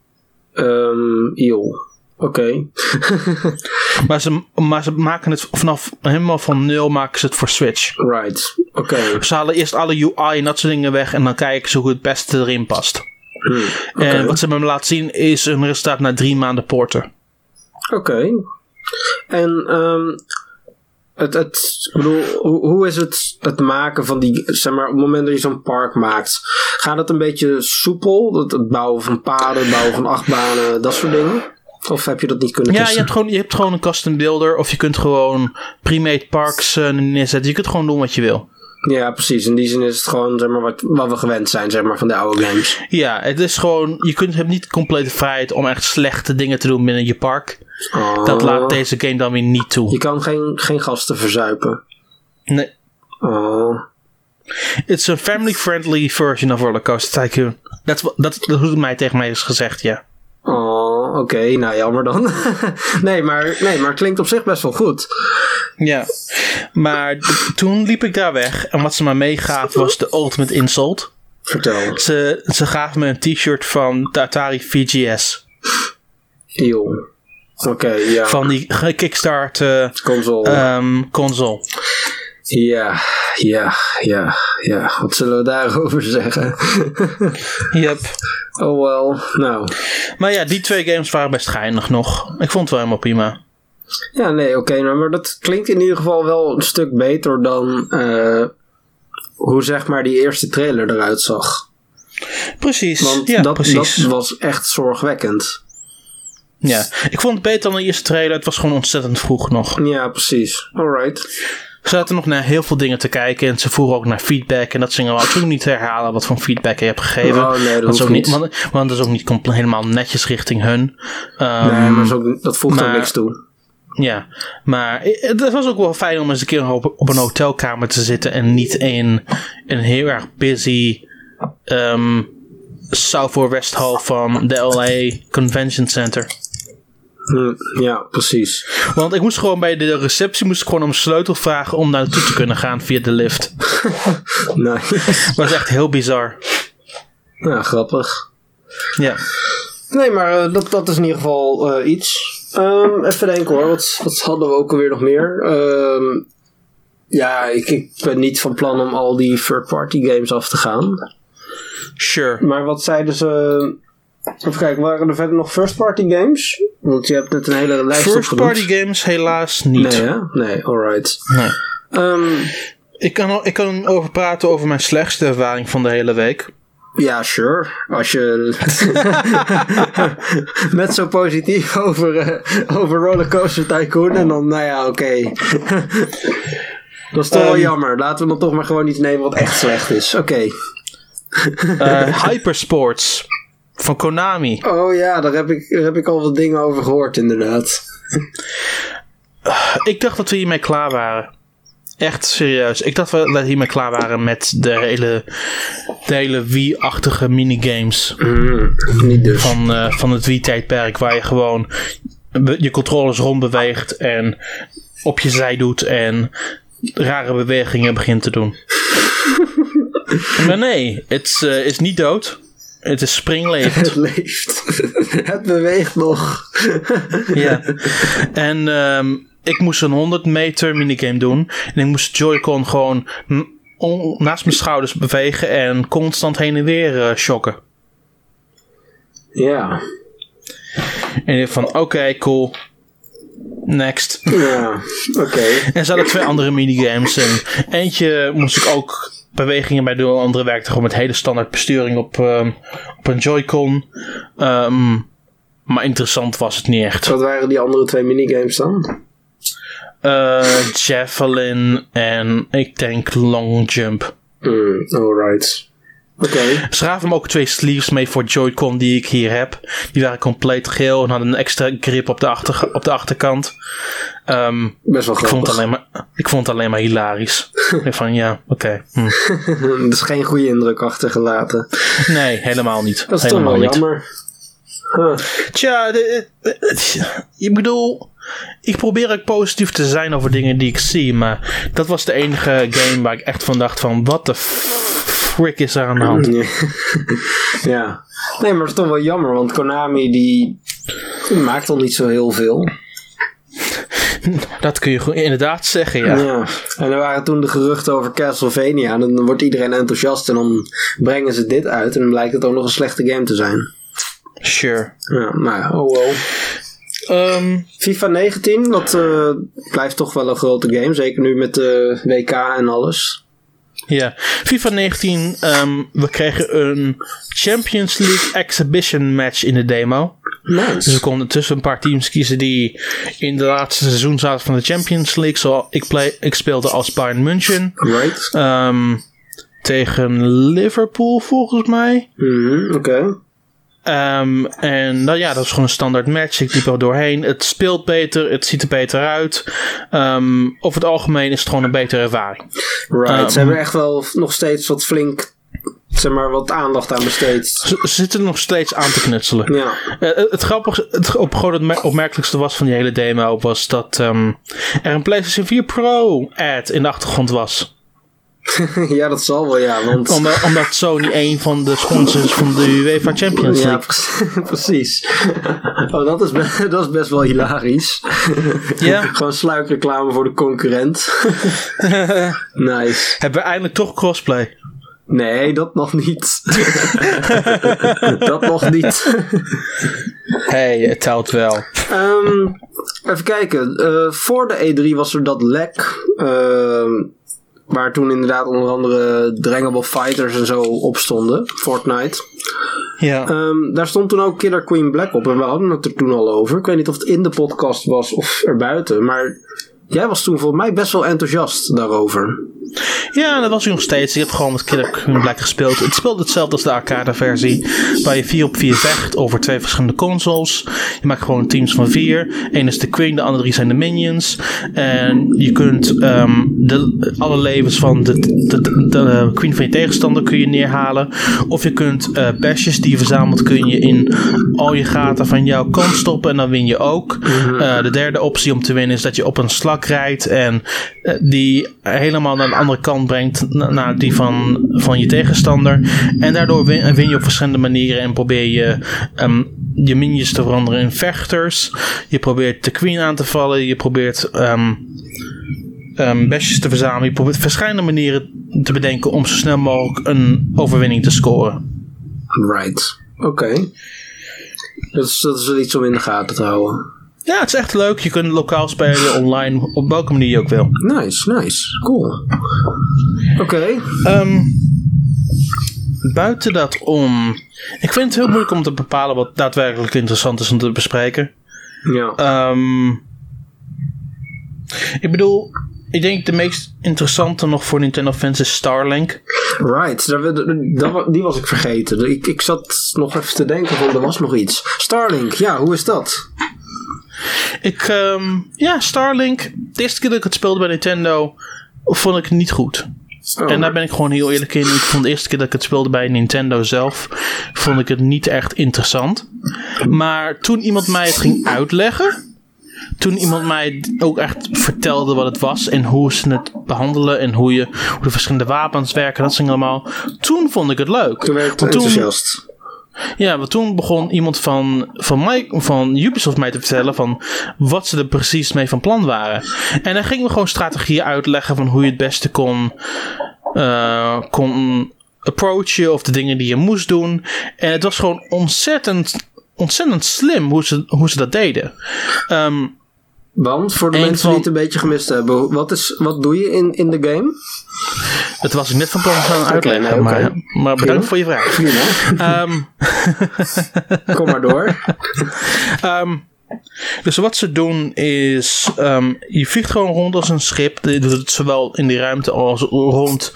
S2: Oké.
S3: Maar ze maken het helemaal van nul maken ze het voor Switch.
S2: Right, oké.
S3: Ze halen eerst alle UI en dat soort dingen weg en dan kijken ze hoe het beste erin past. En wat ze me laten zien is een resultaat na 3 maanden porten.
S2: Oké. En ik bedoel, hoe is het maken van die, zeg maar, op het moment dat je zo'n park maakt, gaat het een beetje soepel? Het bouwen van paden, het bouwen van achtbanen, dat soort dingen? Of heb je dat niet kunnen testen?
S3: Ja, je hebt gewoon een custom builder, of je kunt gewoon pre-made parks neerzetten. Je kunt gewoon doen wat je wil.
S2: Ja, precies. In die zin is het gewoon, zeg maar, wat we gewend zijn, zeg maar, van de oude games.
S3: Ja, het is gewoon, hebt niet complete vrijheid om echt slechte dingen te doen binnen je park. Oh. Dat laat deze game dan weer niet toe.
S2: Je kan geen gasten verzuipen.
S3: Nee.
S2: Oh.
S3: It's a family-friendly version of Rollercoaster Tycoon. Dat is hoe het mij tegen mij is gezegd, ja.
S2: Oh, oké. Nou, jammer dan. nee, maar het klinkt op zich best wel goed.
S3: Ja, maar toen liep ik daar weg. En wat ze me meegaven was de ultimate insult.
S2: Vertel.
S3: Ze gaven me een t-shirt van de Atari VGS.
S2: Eeuw. Oké, ja.
S3: Van die kickstart console.
S2: Ja. Wat zullen we daarover zeggen?
S3: Yep.
S2: Oh well, nou.
S3: Maar ja, die 2 games waren best geinig nog. Ik vond het wel helemaal prima.
S2: Ja, nee, oké, nou, maar dat klinkt in ieder geval wel een stuk beter dan hoe, zeg maar, die eerste trailer eruit zag.
S3: Precies.
S2: Want dat was echt zorgwekkend.
S3: Ja, ik vond het beter dan de eerste trailer. Het was gewoon ontzettend vroeg nog.
S2: Ja, precies. Alright.
S3: Ze zaten nog naar heel veel dingen te kijken. En ze voeren ook naar feedback. En dat zingen we ook niet herhalen wat voor feedback je hebt gegeven.
S2: Oh, nee, dat hoeft niet.
S3: Want dat is ook niet helemaal netjes richting hun.
S2: Nee, maar dat voegt ook niks toe.
S3: Ja, maar het was ook wel fijn om eens een keer op een hotelkamer te zitten. En niet in een heel erg busy South or West Hall van de LA Convention Center.
S2: Ja, precies.
S3: Want ik moest gewoon bij de receptie om een sleutel vragen om naartoe te kunnen gaan via de lift.
S2: Nee.
S3: Dat was echt heel bizar.
S2: Ja, grappig.
S3: Ja.
S2: Nee, maar dat is in ieder geval iets. Even denken hoor, wat hadden we ook alweer nog meer? Ja, ik ben niet van plan om al die third-party games af te gaan.
S3: Sure.
S2: Maar wat zeiden ze... Even kijken, waren er verder nog first-party games? Want je hebt net een hele lijst opgenoemd.
S3: First-party games helaas niet.
S2: Nee, hè? Nee, alright.
S3: Nee. Ik kan over praten over mijn slechtste ervaring van de hele week.
S2: Ja, sure. Als je met zo positief over Rollercoaster Tycoon en dan, nou ja, oké. Dat is toch wel jammer. Laten we dan toch maar gewoon iets nemen wat echt slecht is. Oké.
S3: Hypersports van Konami.
S2: Oh ja, daar heb ik al wat dingen over gehoord inderdaad.
S3: Ik dacht dat we hiermee klaar waren. Echt serieus. Ik dacht dat we hiermee klaar waren met de hele Wii-achtige minigames.
S2: Niet dus.
S3: Van het Wii-tijdperk waar je gewoon je controllers rondbeweegt en op je zij doet en rare bewegingen begint te doen. Maar nee, het is niet dood. Het is springlevend.
S2: Het leeft. Het beweegt nog.
S3: Ja. En ik moest een 100 meter minigame doen. En ik moest Joy-Con gewoon naast mijn schouders bewegen en constant heen en weer shocken.
S2: Ja.
S3: En ik van, oké, cool. Next.
S2: Ja, oké.
S3: En ze hadden 2 andere minigames. En eentje moest ik ook bewegingen bij doen. Andere werkte gewoon met hele standaard besturing op een Joy-Con. Maar interessant was het niet echt.
S2: Wat waren die andere 2 minigames dan?
S3: Javelin en ik denk Long Jump.
S2: Alright. Oké.
S3: Ze gaven me ook 2 sleeves mee voor Joy-Con die ik hier heb. Die waren compleet geel en hadden een extra grip op de achterkant.
S2: Best wel grappig.
S3: Ik vond het alleen maar hilarisch. Van ja, oké.
S2: Dus geen goede indruk achtergelaten.
S3: Nee, helemaal niet.
S2: Dat is
S3: helemaal
S2: toch wel
S3: niet.
S2: jammer.
S3: Tja, ik bedoel, ik probeer ook positief te zijn over dingen die ik zie, maar dat was de enige game waar ik echt van dacht van, what the frick is er aan de hand?
S2: Ja. Nee, maar dat is toch wel jammer, want Konami die maakt al niet zo heel veel.
S3: Dat kun je inderdaad zeggen, ja.
S2: En er waren toen de geruchten over Castlevania, en dan wordt iedereen enthousiast en dan brengen ze dit uit en dan blijkt het ook nog een slechte game te zijn.
S3: Sure.
S2: Ja, maar oh well. FIFA 19, dat blijft toch wel een grote game. Zeker nu met de WK en alles.
S3: Ja, FIFA 19, we kregen een Champions League Exhibition match in de demo.
S2: Nice.
S3: Dus we konden tussen een paar teams kiezen die in de laatste seizoen zaten van de Champions League. Zo, ik speelde als Bayern München.
S2: Right.
S3: Tegen Liverpool volgens mij.
S2: Oké.
S3: En nou ja, dat was gewoon een standaard match. Ik liep er doorheen. Het speelt beter. Het ziet er beter uit. Over het algemeen is het gewoon een betere ervaring.
S2: Right. Ze hebben echt wel nog steeds wat flink, zeg maar, wat aandacht aan besteed.
S3: Ze zitten er nog steeds aan te knutselen.
S2: Ja.
S3: Het grappigste, het opmerkelijkste was van die hele demo was dat er een PlayStation 4 Pro ad in de achtergrond was.
S2: Ja, dat zal wel, ja. Want
S3: omdat Sony een van de sponsors van de UEFA Champions League.
S2: Ja, precies. Oh, dat is best wel hilarisch.
S3: Ja.
S2: Gewoon sluikreclame voor de concurrent. Nice.
S3: Hebben we eindelijk toch crossplay?
S2: Nee, dat nog niet. Dat nog niet.
S3: Hey, het telt wel.
S2: Even kijken. Voor de E3 was er dat lek. Waar toen inderdaad onder andere Dragon Fighters en zo op stonden. Fortnite.
S3: Ja.
S2: Daar stond toen ook Killer Queen Black op. En we hadden het er toen al over. Ik weet niet of het in de podcast was of erbuiten. Maar jij was toen volgens mij best wel enthousiast daarover.
S3: Ja, dat was hij nog steeds. Ik heb gewoon met Killer Queen Black gespeeld. Het speelt hetzelfde als de arcade versie. Waar je 4 op 4 vecht over 2 verschillende consoles. Je maakt gewoon teams van 4. Eén is de Queen, de andere 3 zijn de minions. En je kunt alle levens van de Queen van je tegenstander kun je neerhalen. Of je kunt bashes die je verzamelt kun je in al je gaten van jouw kant stoppen. En dan win je ook. De derde optie om te winnen is dat je op een slak rijdt. En die helemaal naar de andere kant brengt naar die van je tegenstander. En daardoor win je op verschillende manieren en probeer je je minions te veranderen in vechters. Je probeert de Queen aan te vallen. Je probeert bashes te verzamelen. Je probeert verschillende manieren te bedenken om zo snel mogelijk een overwinning te scoren.
S2: Right. Oké. Dat is wel iets om in de gaten te houden.
S3: Ja, het is echt leuk. Je kunt lokaal spelen, online, op welke manier je ook wil.
S2: Nice. Cool. Oké.
S3: Buiten dat om... Ik vind het heel moeilijk om te bepalen wat daadwerkelijk interessant is om te bespreken.
S2: Ja.
S3: Ik bedoel, ik denk de meest interessante nog voor Nintendo fans is Starlink.
S2: Right, die was ik vergeten. Ik zat nog even te denken van er was nog iets. Starlink, ja, hoe is dat?
S3: Starlink. De eerste keer dat ik het speelde bij Nintendo vond ik het niet goed. Oh. En daar ben ik gewoon heel eerlijk in. Ik vond de eerste keer dat ik het speelde bij Nintendo zelf, vond ik het niet echt interessant. Maar toen iemand mij het ging uitleggen, toen iemand mij ook echt vertelde wat het was en hoe ze het behandelen en hoe de verschillende wapens werken, dat ging allemaal. Toen vond ik het leuk.
S2: Toen werd ik enthousiast.
S3: Ja, want toen begon iemand van Ubisoft mij te vertellen van wat ze er precies mee van plan waren. En dan gingen we gewoon strategieën uitleggen van hoe je het beste kon approachen of de dingen die je moest doen. En het was gewoon ontzettend slim hoe ze dat deden.
S2: Want, voor de mensen die het een beetje gemist hebben, wat doe je in de game?
S3: Dat was ik net van plan gaan uitleggen, maar bedankt voor je vraag.
S2: Kom maar door.
S3: Dus wat ze doen is, je vliegt gewoon rond als een schip. Je doet het zowel in die ruimte als rond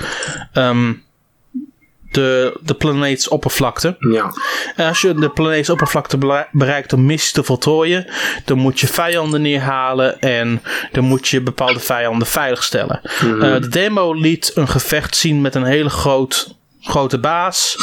S3: de planeetsoppervlakte.
S2: Ja.
S3: En als je de planeetsoppervlakte bereikt om missie te voltooien, dan moet je vijanden neerhalen en dan moet je bepaalde vijanden veiligstellen. Mm-hmm. De demo liet een gevecht zien met een hele grote baas.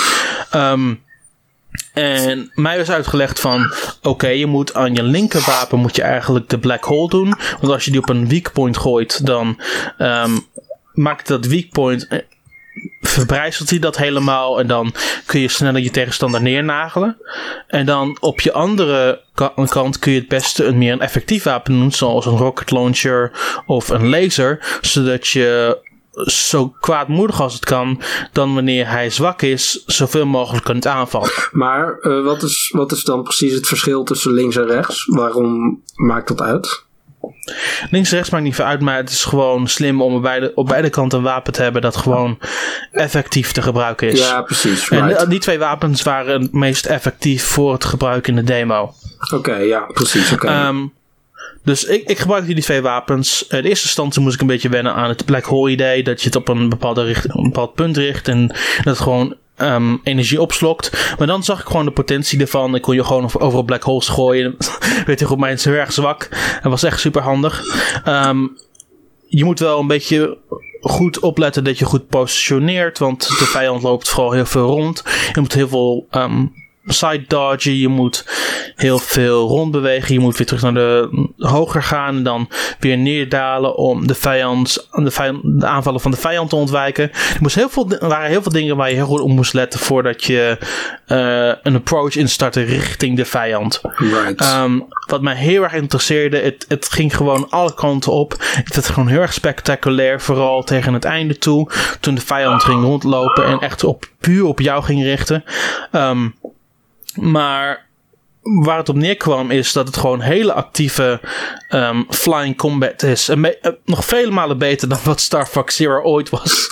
S3: En mij was uitgelegd van, oké, je moet aan je linkerwapen moet je eigenlijk de black hole doen. Want als je die op een weak point gooit, dan maakt dat weak point, verbrijzelt hij dat helemaal en dan kun je sneller je tegenstander neernagelen. En dan op je andere kant kun je het beste meer een effectief wapen doen, zoals een rocket launcher of een laser, zodat je zo kwaadmoedig als het kan, dan wanneer hij zwak is, zoveel mogelijk kan het aanvallen.
S2: Maar wat is dan precies het verschil tussen links en rechts? Waarom maakt dat uit?
S3: Links en rechts maakt niet veel uit, maar het is gewoon slim om op beide kanten een wapen te hebben dat gewoon effectief te gebruiken is.
S2: Ja, precies. Right.
S3: En die twee wapens waren het meest effectief voor het gebruik in de demo.
S2: Oké, ja, precies.
S3: Dus ik gebruikte die twee wapens. In eerste instantie moest ik een beetje wennen aan het black hole idee, dat je het op een bepaald punt richt en dat het gewoon energie opslokt. Maar dan zag ik gewoon de potentie ervan. Ik kon je gewoon overal black holes gooien. Weet je goed, mij is heel erg zwak. Dat was echt super handig. Je moet wel een beetje goed opletten dat je goed positioneert, want de vijand loopt vooral heel veel rond. Je moet heel veel side dodgen, je moet heel veel rondbewegen, je moet weer terug naar de hoger gaan en dan weer neerdalen om de aanvallen van de vijand te ontwijken. Er waren heel veel dingen waar je heel goed op moest letten voordat je een approach instartte richting de vijand.
S2: Right.
S3: Wat mij heel erg interesseerde, het ging gewoon alle kanten op. Het werd gewoon heel erg spectaculair, vooral tegen het einde toe, toen de vijand ging rondlopen en echt puur op jou ging richten. Maar waar het op neerkwam is dat het gewoon hele actieve flying combat is. En nog vele malen beter dan wat Star Fox Zero ooit was.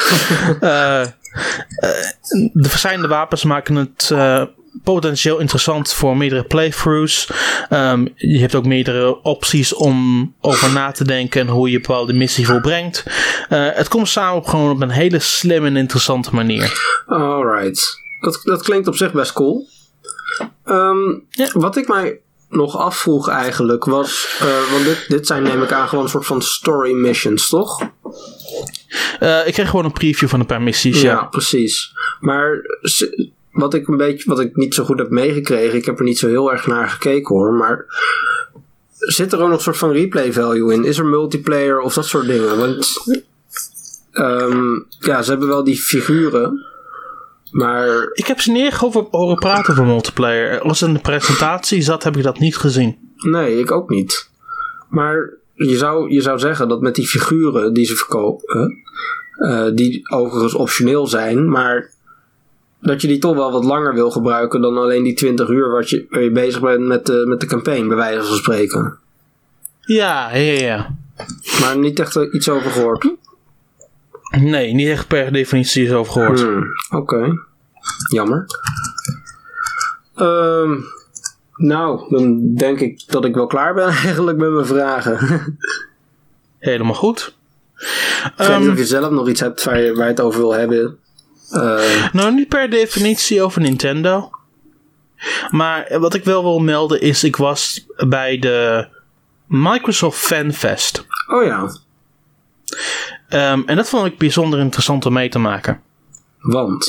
S3: De verschillende wapens maken het potentieel interessant voor meerdere playthroughs. Je hebt ook meerdere opties om over na te denken en hoe je bepaalde missie volbrengt. Het komt samen gewoon op een hele slimme en interessante manier.
S2: Alright. Dat klinkt op zich best cool. Wat ik mij nog afvroeg eigenlijk was, want dit zijn neem ik aan gewoon een soort van story missions, toch?
S3: Ik kreeg gewoon een preview van een paar missies.
S2: Ja, precies. Maar wat ik niet zo goed heb meegekregen, ik heb er niet zo heel erg naar gekeken hoor, maar zit er ook nog een soort van replay value in? Is er multiplayer of dat soort dingen? Want ze hebben wel die figuren. Maar
S3: ik heb ze niet over horen praten van multiplayer. Als in de presentatie zat, heb ik dat niet gezien.
S2: Nee, ik ook niet. Maar je zou zeggen dat met die figuren die ze verkopen, die overigens optioneel zijn, maar dat je die toch wel wat langer wil gebruiken dan alleen die 20 uur waar je bezig bent met de campaign, bij wijze van spreken.
S3: Ja.
S2: Maar niet echt iets over gehoord.
S3: Nee, niet echt per definitie is over gehoord.
S2: Oké. Jammer. Nou, dan denk ik dat ik wel klaar ben eigenlijk met mijn vragen.
S3: Helemaal goed.
S2: Ik weet niet of je zelf nog iets hebt waar je het over wil hebben.
S3: Nou, niet per definitie over Nintendo. Maar wat ik wel wil melden is, ik was bij de Microsoft Fan Fest.
S2: Oh ja.
S3: En dat vond ik bijzonder interessant om mee te maken.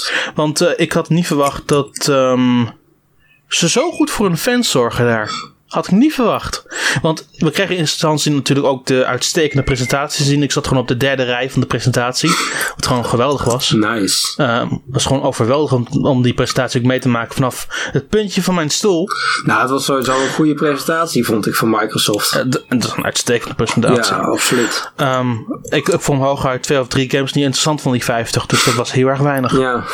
S2: Want
S3: ik had niet verwacht dat ze zo goed voor hun fans zorgen daar. Had ik niet verwacht. Want we kregen in eerste instantie natuurlijk ook de uitstekende presentatie te zien. Ik zat gewoon op de derde rij van de presentatie. Wat gewoon geweldig was.
S2: Nice.
S3: Het was gewoon overweldigend om die presentatie ook mee te maken vanaf het puntje van mijn stoel.
S2: Nou, het was sowieso een goede presentatie, vond ik, van Microsoft.
S3: Het is een uitstekende presentatie.
S2: Ja, absoluut.
S3: Ik vond hooguit 2 of 3 games niet interessant van die 50. Dus dat was heel erg weinig.
S2: Ja.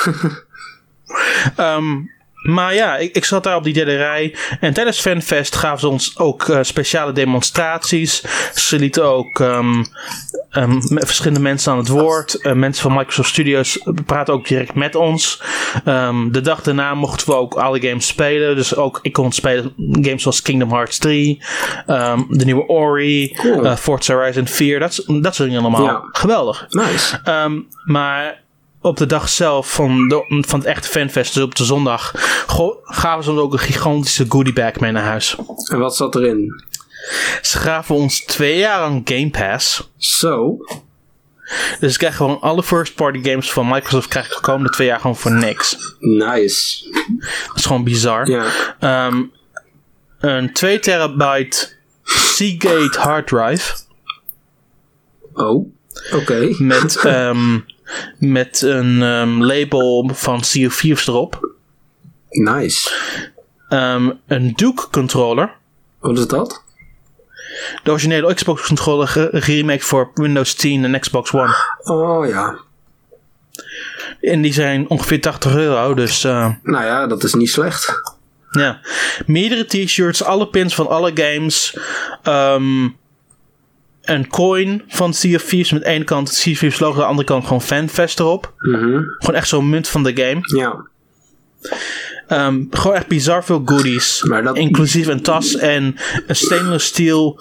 S3: Maar ja, ik zat daar op die derde rij. En tijdens FanFest gaven ze ons ook speciale demonstraties. Ze lieten ook verschillende mensen aan het woord. Mensen van Microsoft Studios praten ook direct met ons. De dag daarna mochten we ook alle games spelen. Dus ook ik kon spelen games zoals Kingdom Hearts 3. De nieuwe Ori.
S2: Cool.
S3: Forza Horizon 4. Dat soort dingen allemaal.
S2: Ja.
S3: Geweldig.
S2: Nice.
S3: Maar op de dag zelf van het echte FanFest, dus op de zondag, gaven ze ons ook een gigantische goodiebag mee naar huis.
S2: En wat zat erin?
S3: Ze gaven ons 2 jaar lang Game Pass.
S2: Zo.
S3: Dus ik krijg gewoon alle first party games van Microsoft krijg ik de komende 2 jaar gewoon voor niks.
S2: Nice.
S3: Dat is gewoon bizar.
S2: Ja.
S3: Een 2 terabyte Seagate hard drive.
S2: Oh, oké.
S3: Met een label van Sea of Thieves erop.
S2: Nice.
S3: Een Duke controller.
S2: Wat is dat?
S3: De originele Xbox controller geremaked voor Windows 10 en Xbox One.
S2: Oh ja.
S3: En die zijn ongeveer €80. Dus
S2: Nou ja, dat is niet slecht.
S3: ja. Meerdere t-shirts, alle pins van alle games. Een coin van Sea of Thieves met ene kant het Sea of Thieves logo, aan de andere kant gewoon FanFest erop. Gewoon echt zo'n munt van de game.
S2: Ja.
S3: Gewoon echt bizar veel goodies. Inclusief een tas en een stainless steel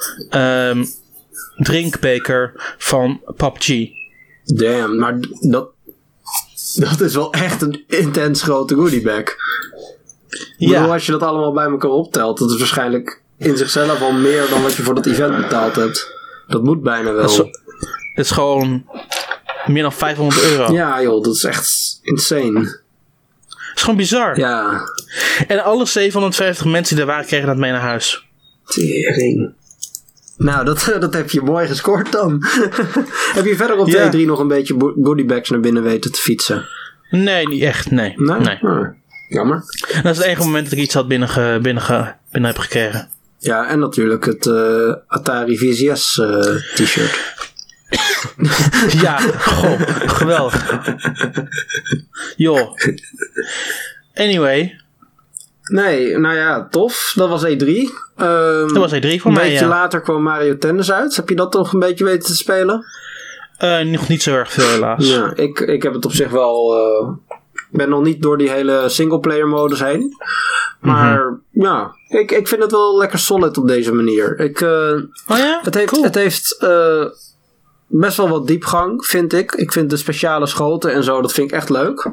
S3: drinkbeker van PUBG.
S2: Damn, maar dat is wel echt een intens grote goodiebag.
S3: Ja.
S2: Als je dat allemaal bij elkaar optelt, dat is waarschijnlijk in zichzelf al meer dan wat je voor dat event betaald hebt. Dat moet bijna wel.
S3: Het is gewoon meer dan €500.
S2: Ja joh, dat is echt insane.
S3: Het is gewoon bizar.
S2: Ja.
S3: En alle 750 mensen die er waren, kregen dat mee naar huis.
S2: Tering. Nou, dat heb je mooi gescoord dan. Heb je verder op 2-3 nog een beetje goodiebags naar binnen weten te fietsen?
S3: Nee, niet echt. Nee.
S2: Oh, jammer.
S3: Dat is het enige moment dat ik iets had binnen heb gekregen.
S2: Ja, en natuurlijk het Atari VCS t-shirt.
S3: Ja, goh, geweldig. Joh. Anyway.
S2: Nee, nou ja, tof. Dat was E3.
S3: Dat was E3 voor mij,
S2: Een beetje later kwam Mario Tennis uit. Heb je dat toch een beetje weten te spelen?
S3: Nog niet zo erg veel, helaas.
S2: Ja, ik heb het op zich wel... Ik ben nog niet door die hele singleplayer modus heen. Maar ja, ik vind het wel lekker solid op deze manier.
S3: Oh ja?
S2: Het heeft best wel wat diepgang, vind ik. Ik vind de speciale schoten en zo, dat vind ik echt leuk.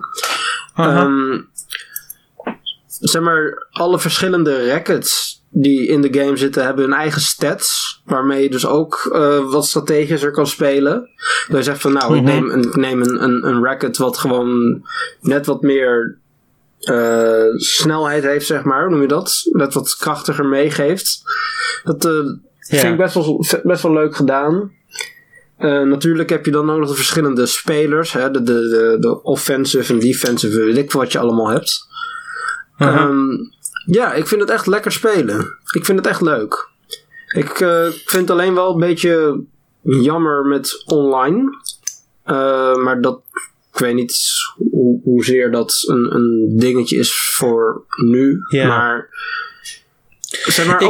S2: Zeg maar, alle verschillende rackets die in de game zitten hebben hun eigen stats. Waarmee je dus ook wat strategischer kan spelen. Dat je zegt van nou, ik neem een racket wat gewoon net wat meer snelheid heeft, zeg maar. Hoe noem je dat? Net wat krachtiger meegeeft. Dat vind ik best wel leuk gedaan. Natuurlijk heb je dan ook nog de verschillende spelers. Hè? De offensive en defensive, weet ik wat je allemaal hebt. Ja, ik vind het echt lekker spelen. Ik vind het echt leuk. Ik vind het alleen wel een beetje jammer met online. Maar dat, ik weet niet hoezeer dat een dingetje is voor nu.
S3: Ja.
S2: Maar zeg maar,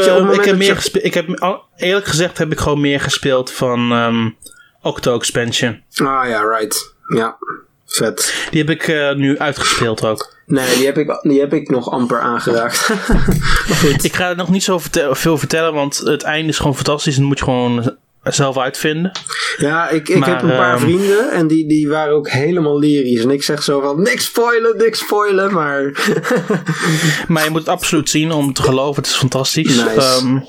S3: eerlijk gezegd heb ik gewoon meer gespeeld van Octo Expansion.
S2: Ah ja, right. Ja, vet.
S3: Die heb ik nu uitgespeeld ook.
S2: Nee, die heb ik nog amper aangeraakt. Maar goed.
S3: Ik ga er nog niet zo veel vertellen, want het einde is gewoon fantastisch en dat moet je gewoon zelf uitvinden.
S2: Ja, ik heb een paar vrienden en die waren ook helemaal lyrisch. En ik zeg zo van, niks spoilen, maar...
S3: Maar je moet het absoluut zien om te geloven, het is fantastisch.
S2: Nice.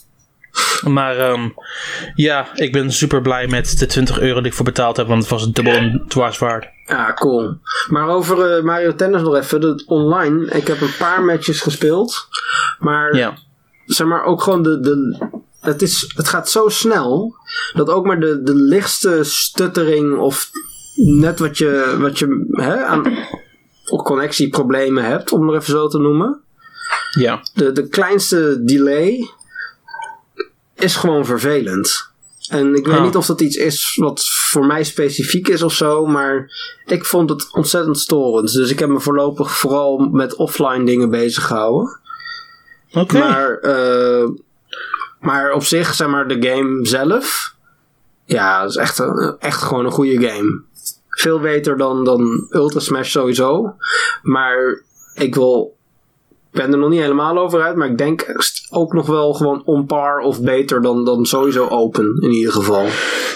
S3: Ja, ik ben super blij met de €20 die ik voor betaald heb, want het was dubbel en dwars waard.
S2: Ja, cool. Maar over Mario Tennis nog even, online. Ik heb een paar matches gespeeld, maar zeg maar ook gewoon het gaat zo snel dat ook maar de lichtste stuttering of net wat je aan connectieproblemen hebt, om het even zo te noemen.
S3: Ja.
S2: De kleinste delay is gewoon vervelend. En ik weet niet of dat iets is wat voor mij specifiek is of zo, maar ik vond het ontzettend storend. Dus ik heb me voorlopig vooral met offline dingen bezig gehouden.
S3: Oké.
S2: Maar op zich, zeg maar, de game zelf, ja, dat is echt gewoon een goede game. Veel beter dan Ultra Smash sowieso. Maar ik ben er nog niet helemaal over uit, maar ik denk ook nog wel gewoon on par of beter dan sowieso Open in ieder geval.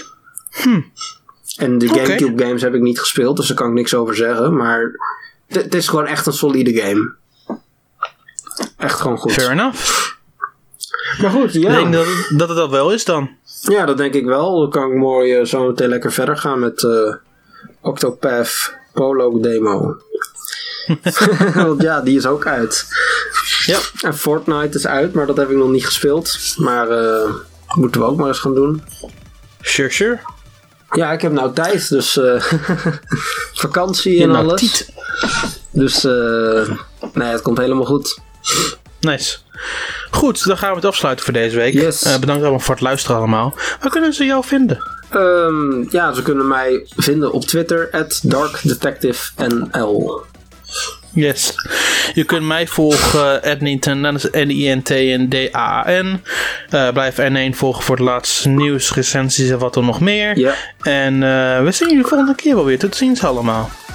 S2: En de Gamecube games heb ik niet gespeeld, dus daar kan ik niks over zeggen. Maar het is gewoon echt een solide game. Echt gewoon goed.
S3: Fair enough.
S2: Maar goed, ja.
S3: Ik denk dat het dat wel is dan.
S2: Ja, dat denk ik wel. Dan kan ik mooi zo meteen lekker verder gaan met Octopath Prologue demo. Want ja, die is ook uit.
S3: Ja.
S2: En Fortnite is uit, maar dat heb ik nog niet gespeeld. Maar moeten we ook maar eens gaan doen.
S3: Sure.
S2: Ja, ik heb nou tijd, dus vakantie en alles. Dus nee, het komt helemaal goed.
S3: Nice. Goed, dan gaan we het afsluiten voor deze week.
S2: Yes.
S3: Bedankt allemaal voor het luisteren allemaal. Waar kunnen ze jou vinden?
S2: Ja, ze kunnen mij vinden op Twitter @darkdetectivenl.
S3: Yes. Je kunt mij volgen @Ninten, dat is NINTNDAAN. Blijf N1 volgen voor de laatste nieuws, recensies en wat dan nog meer.
S2: Ja.
S3: En we zien jullie volgende keer wel weer. Tot ziens allemaal.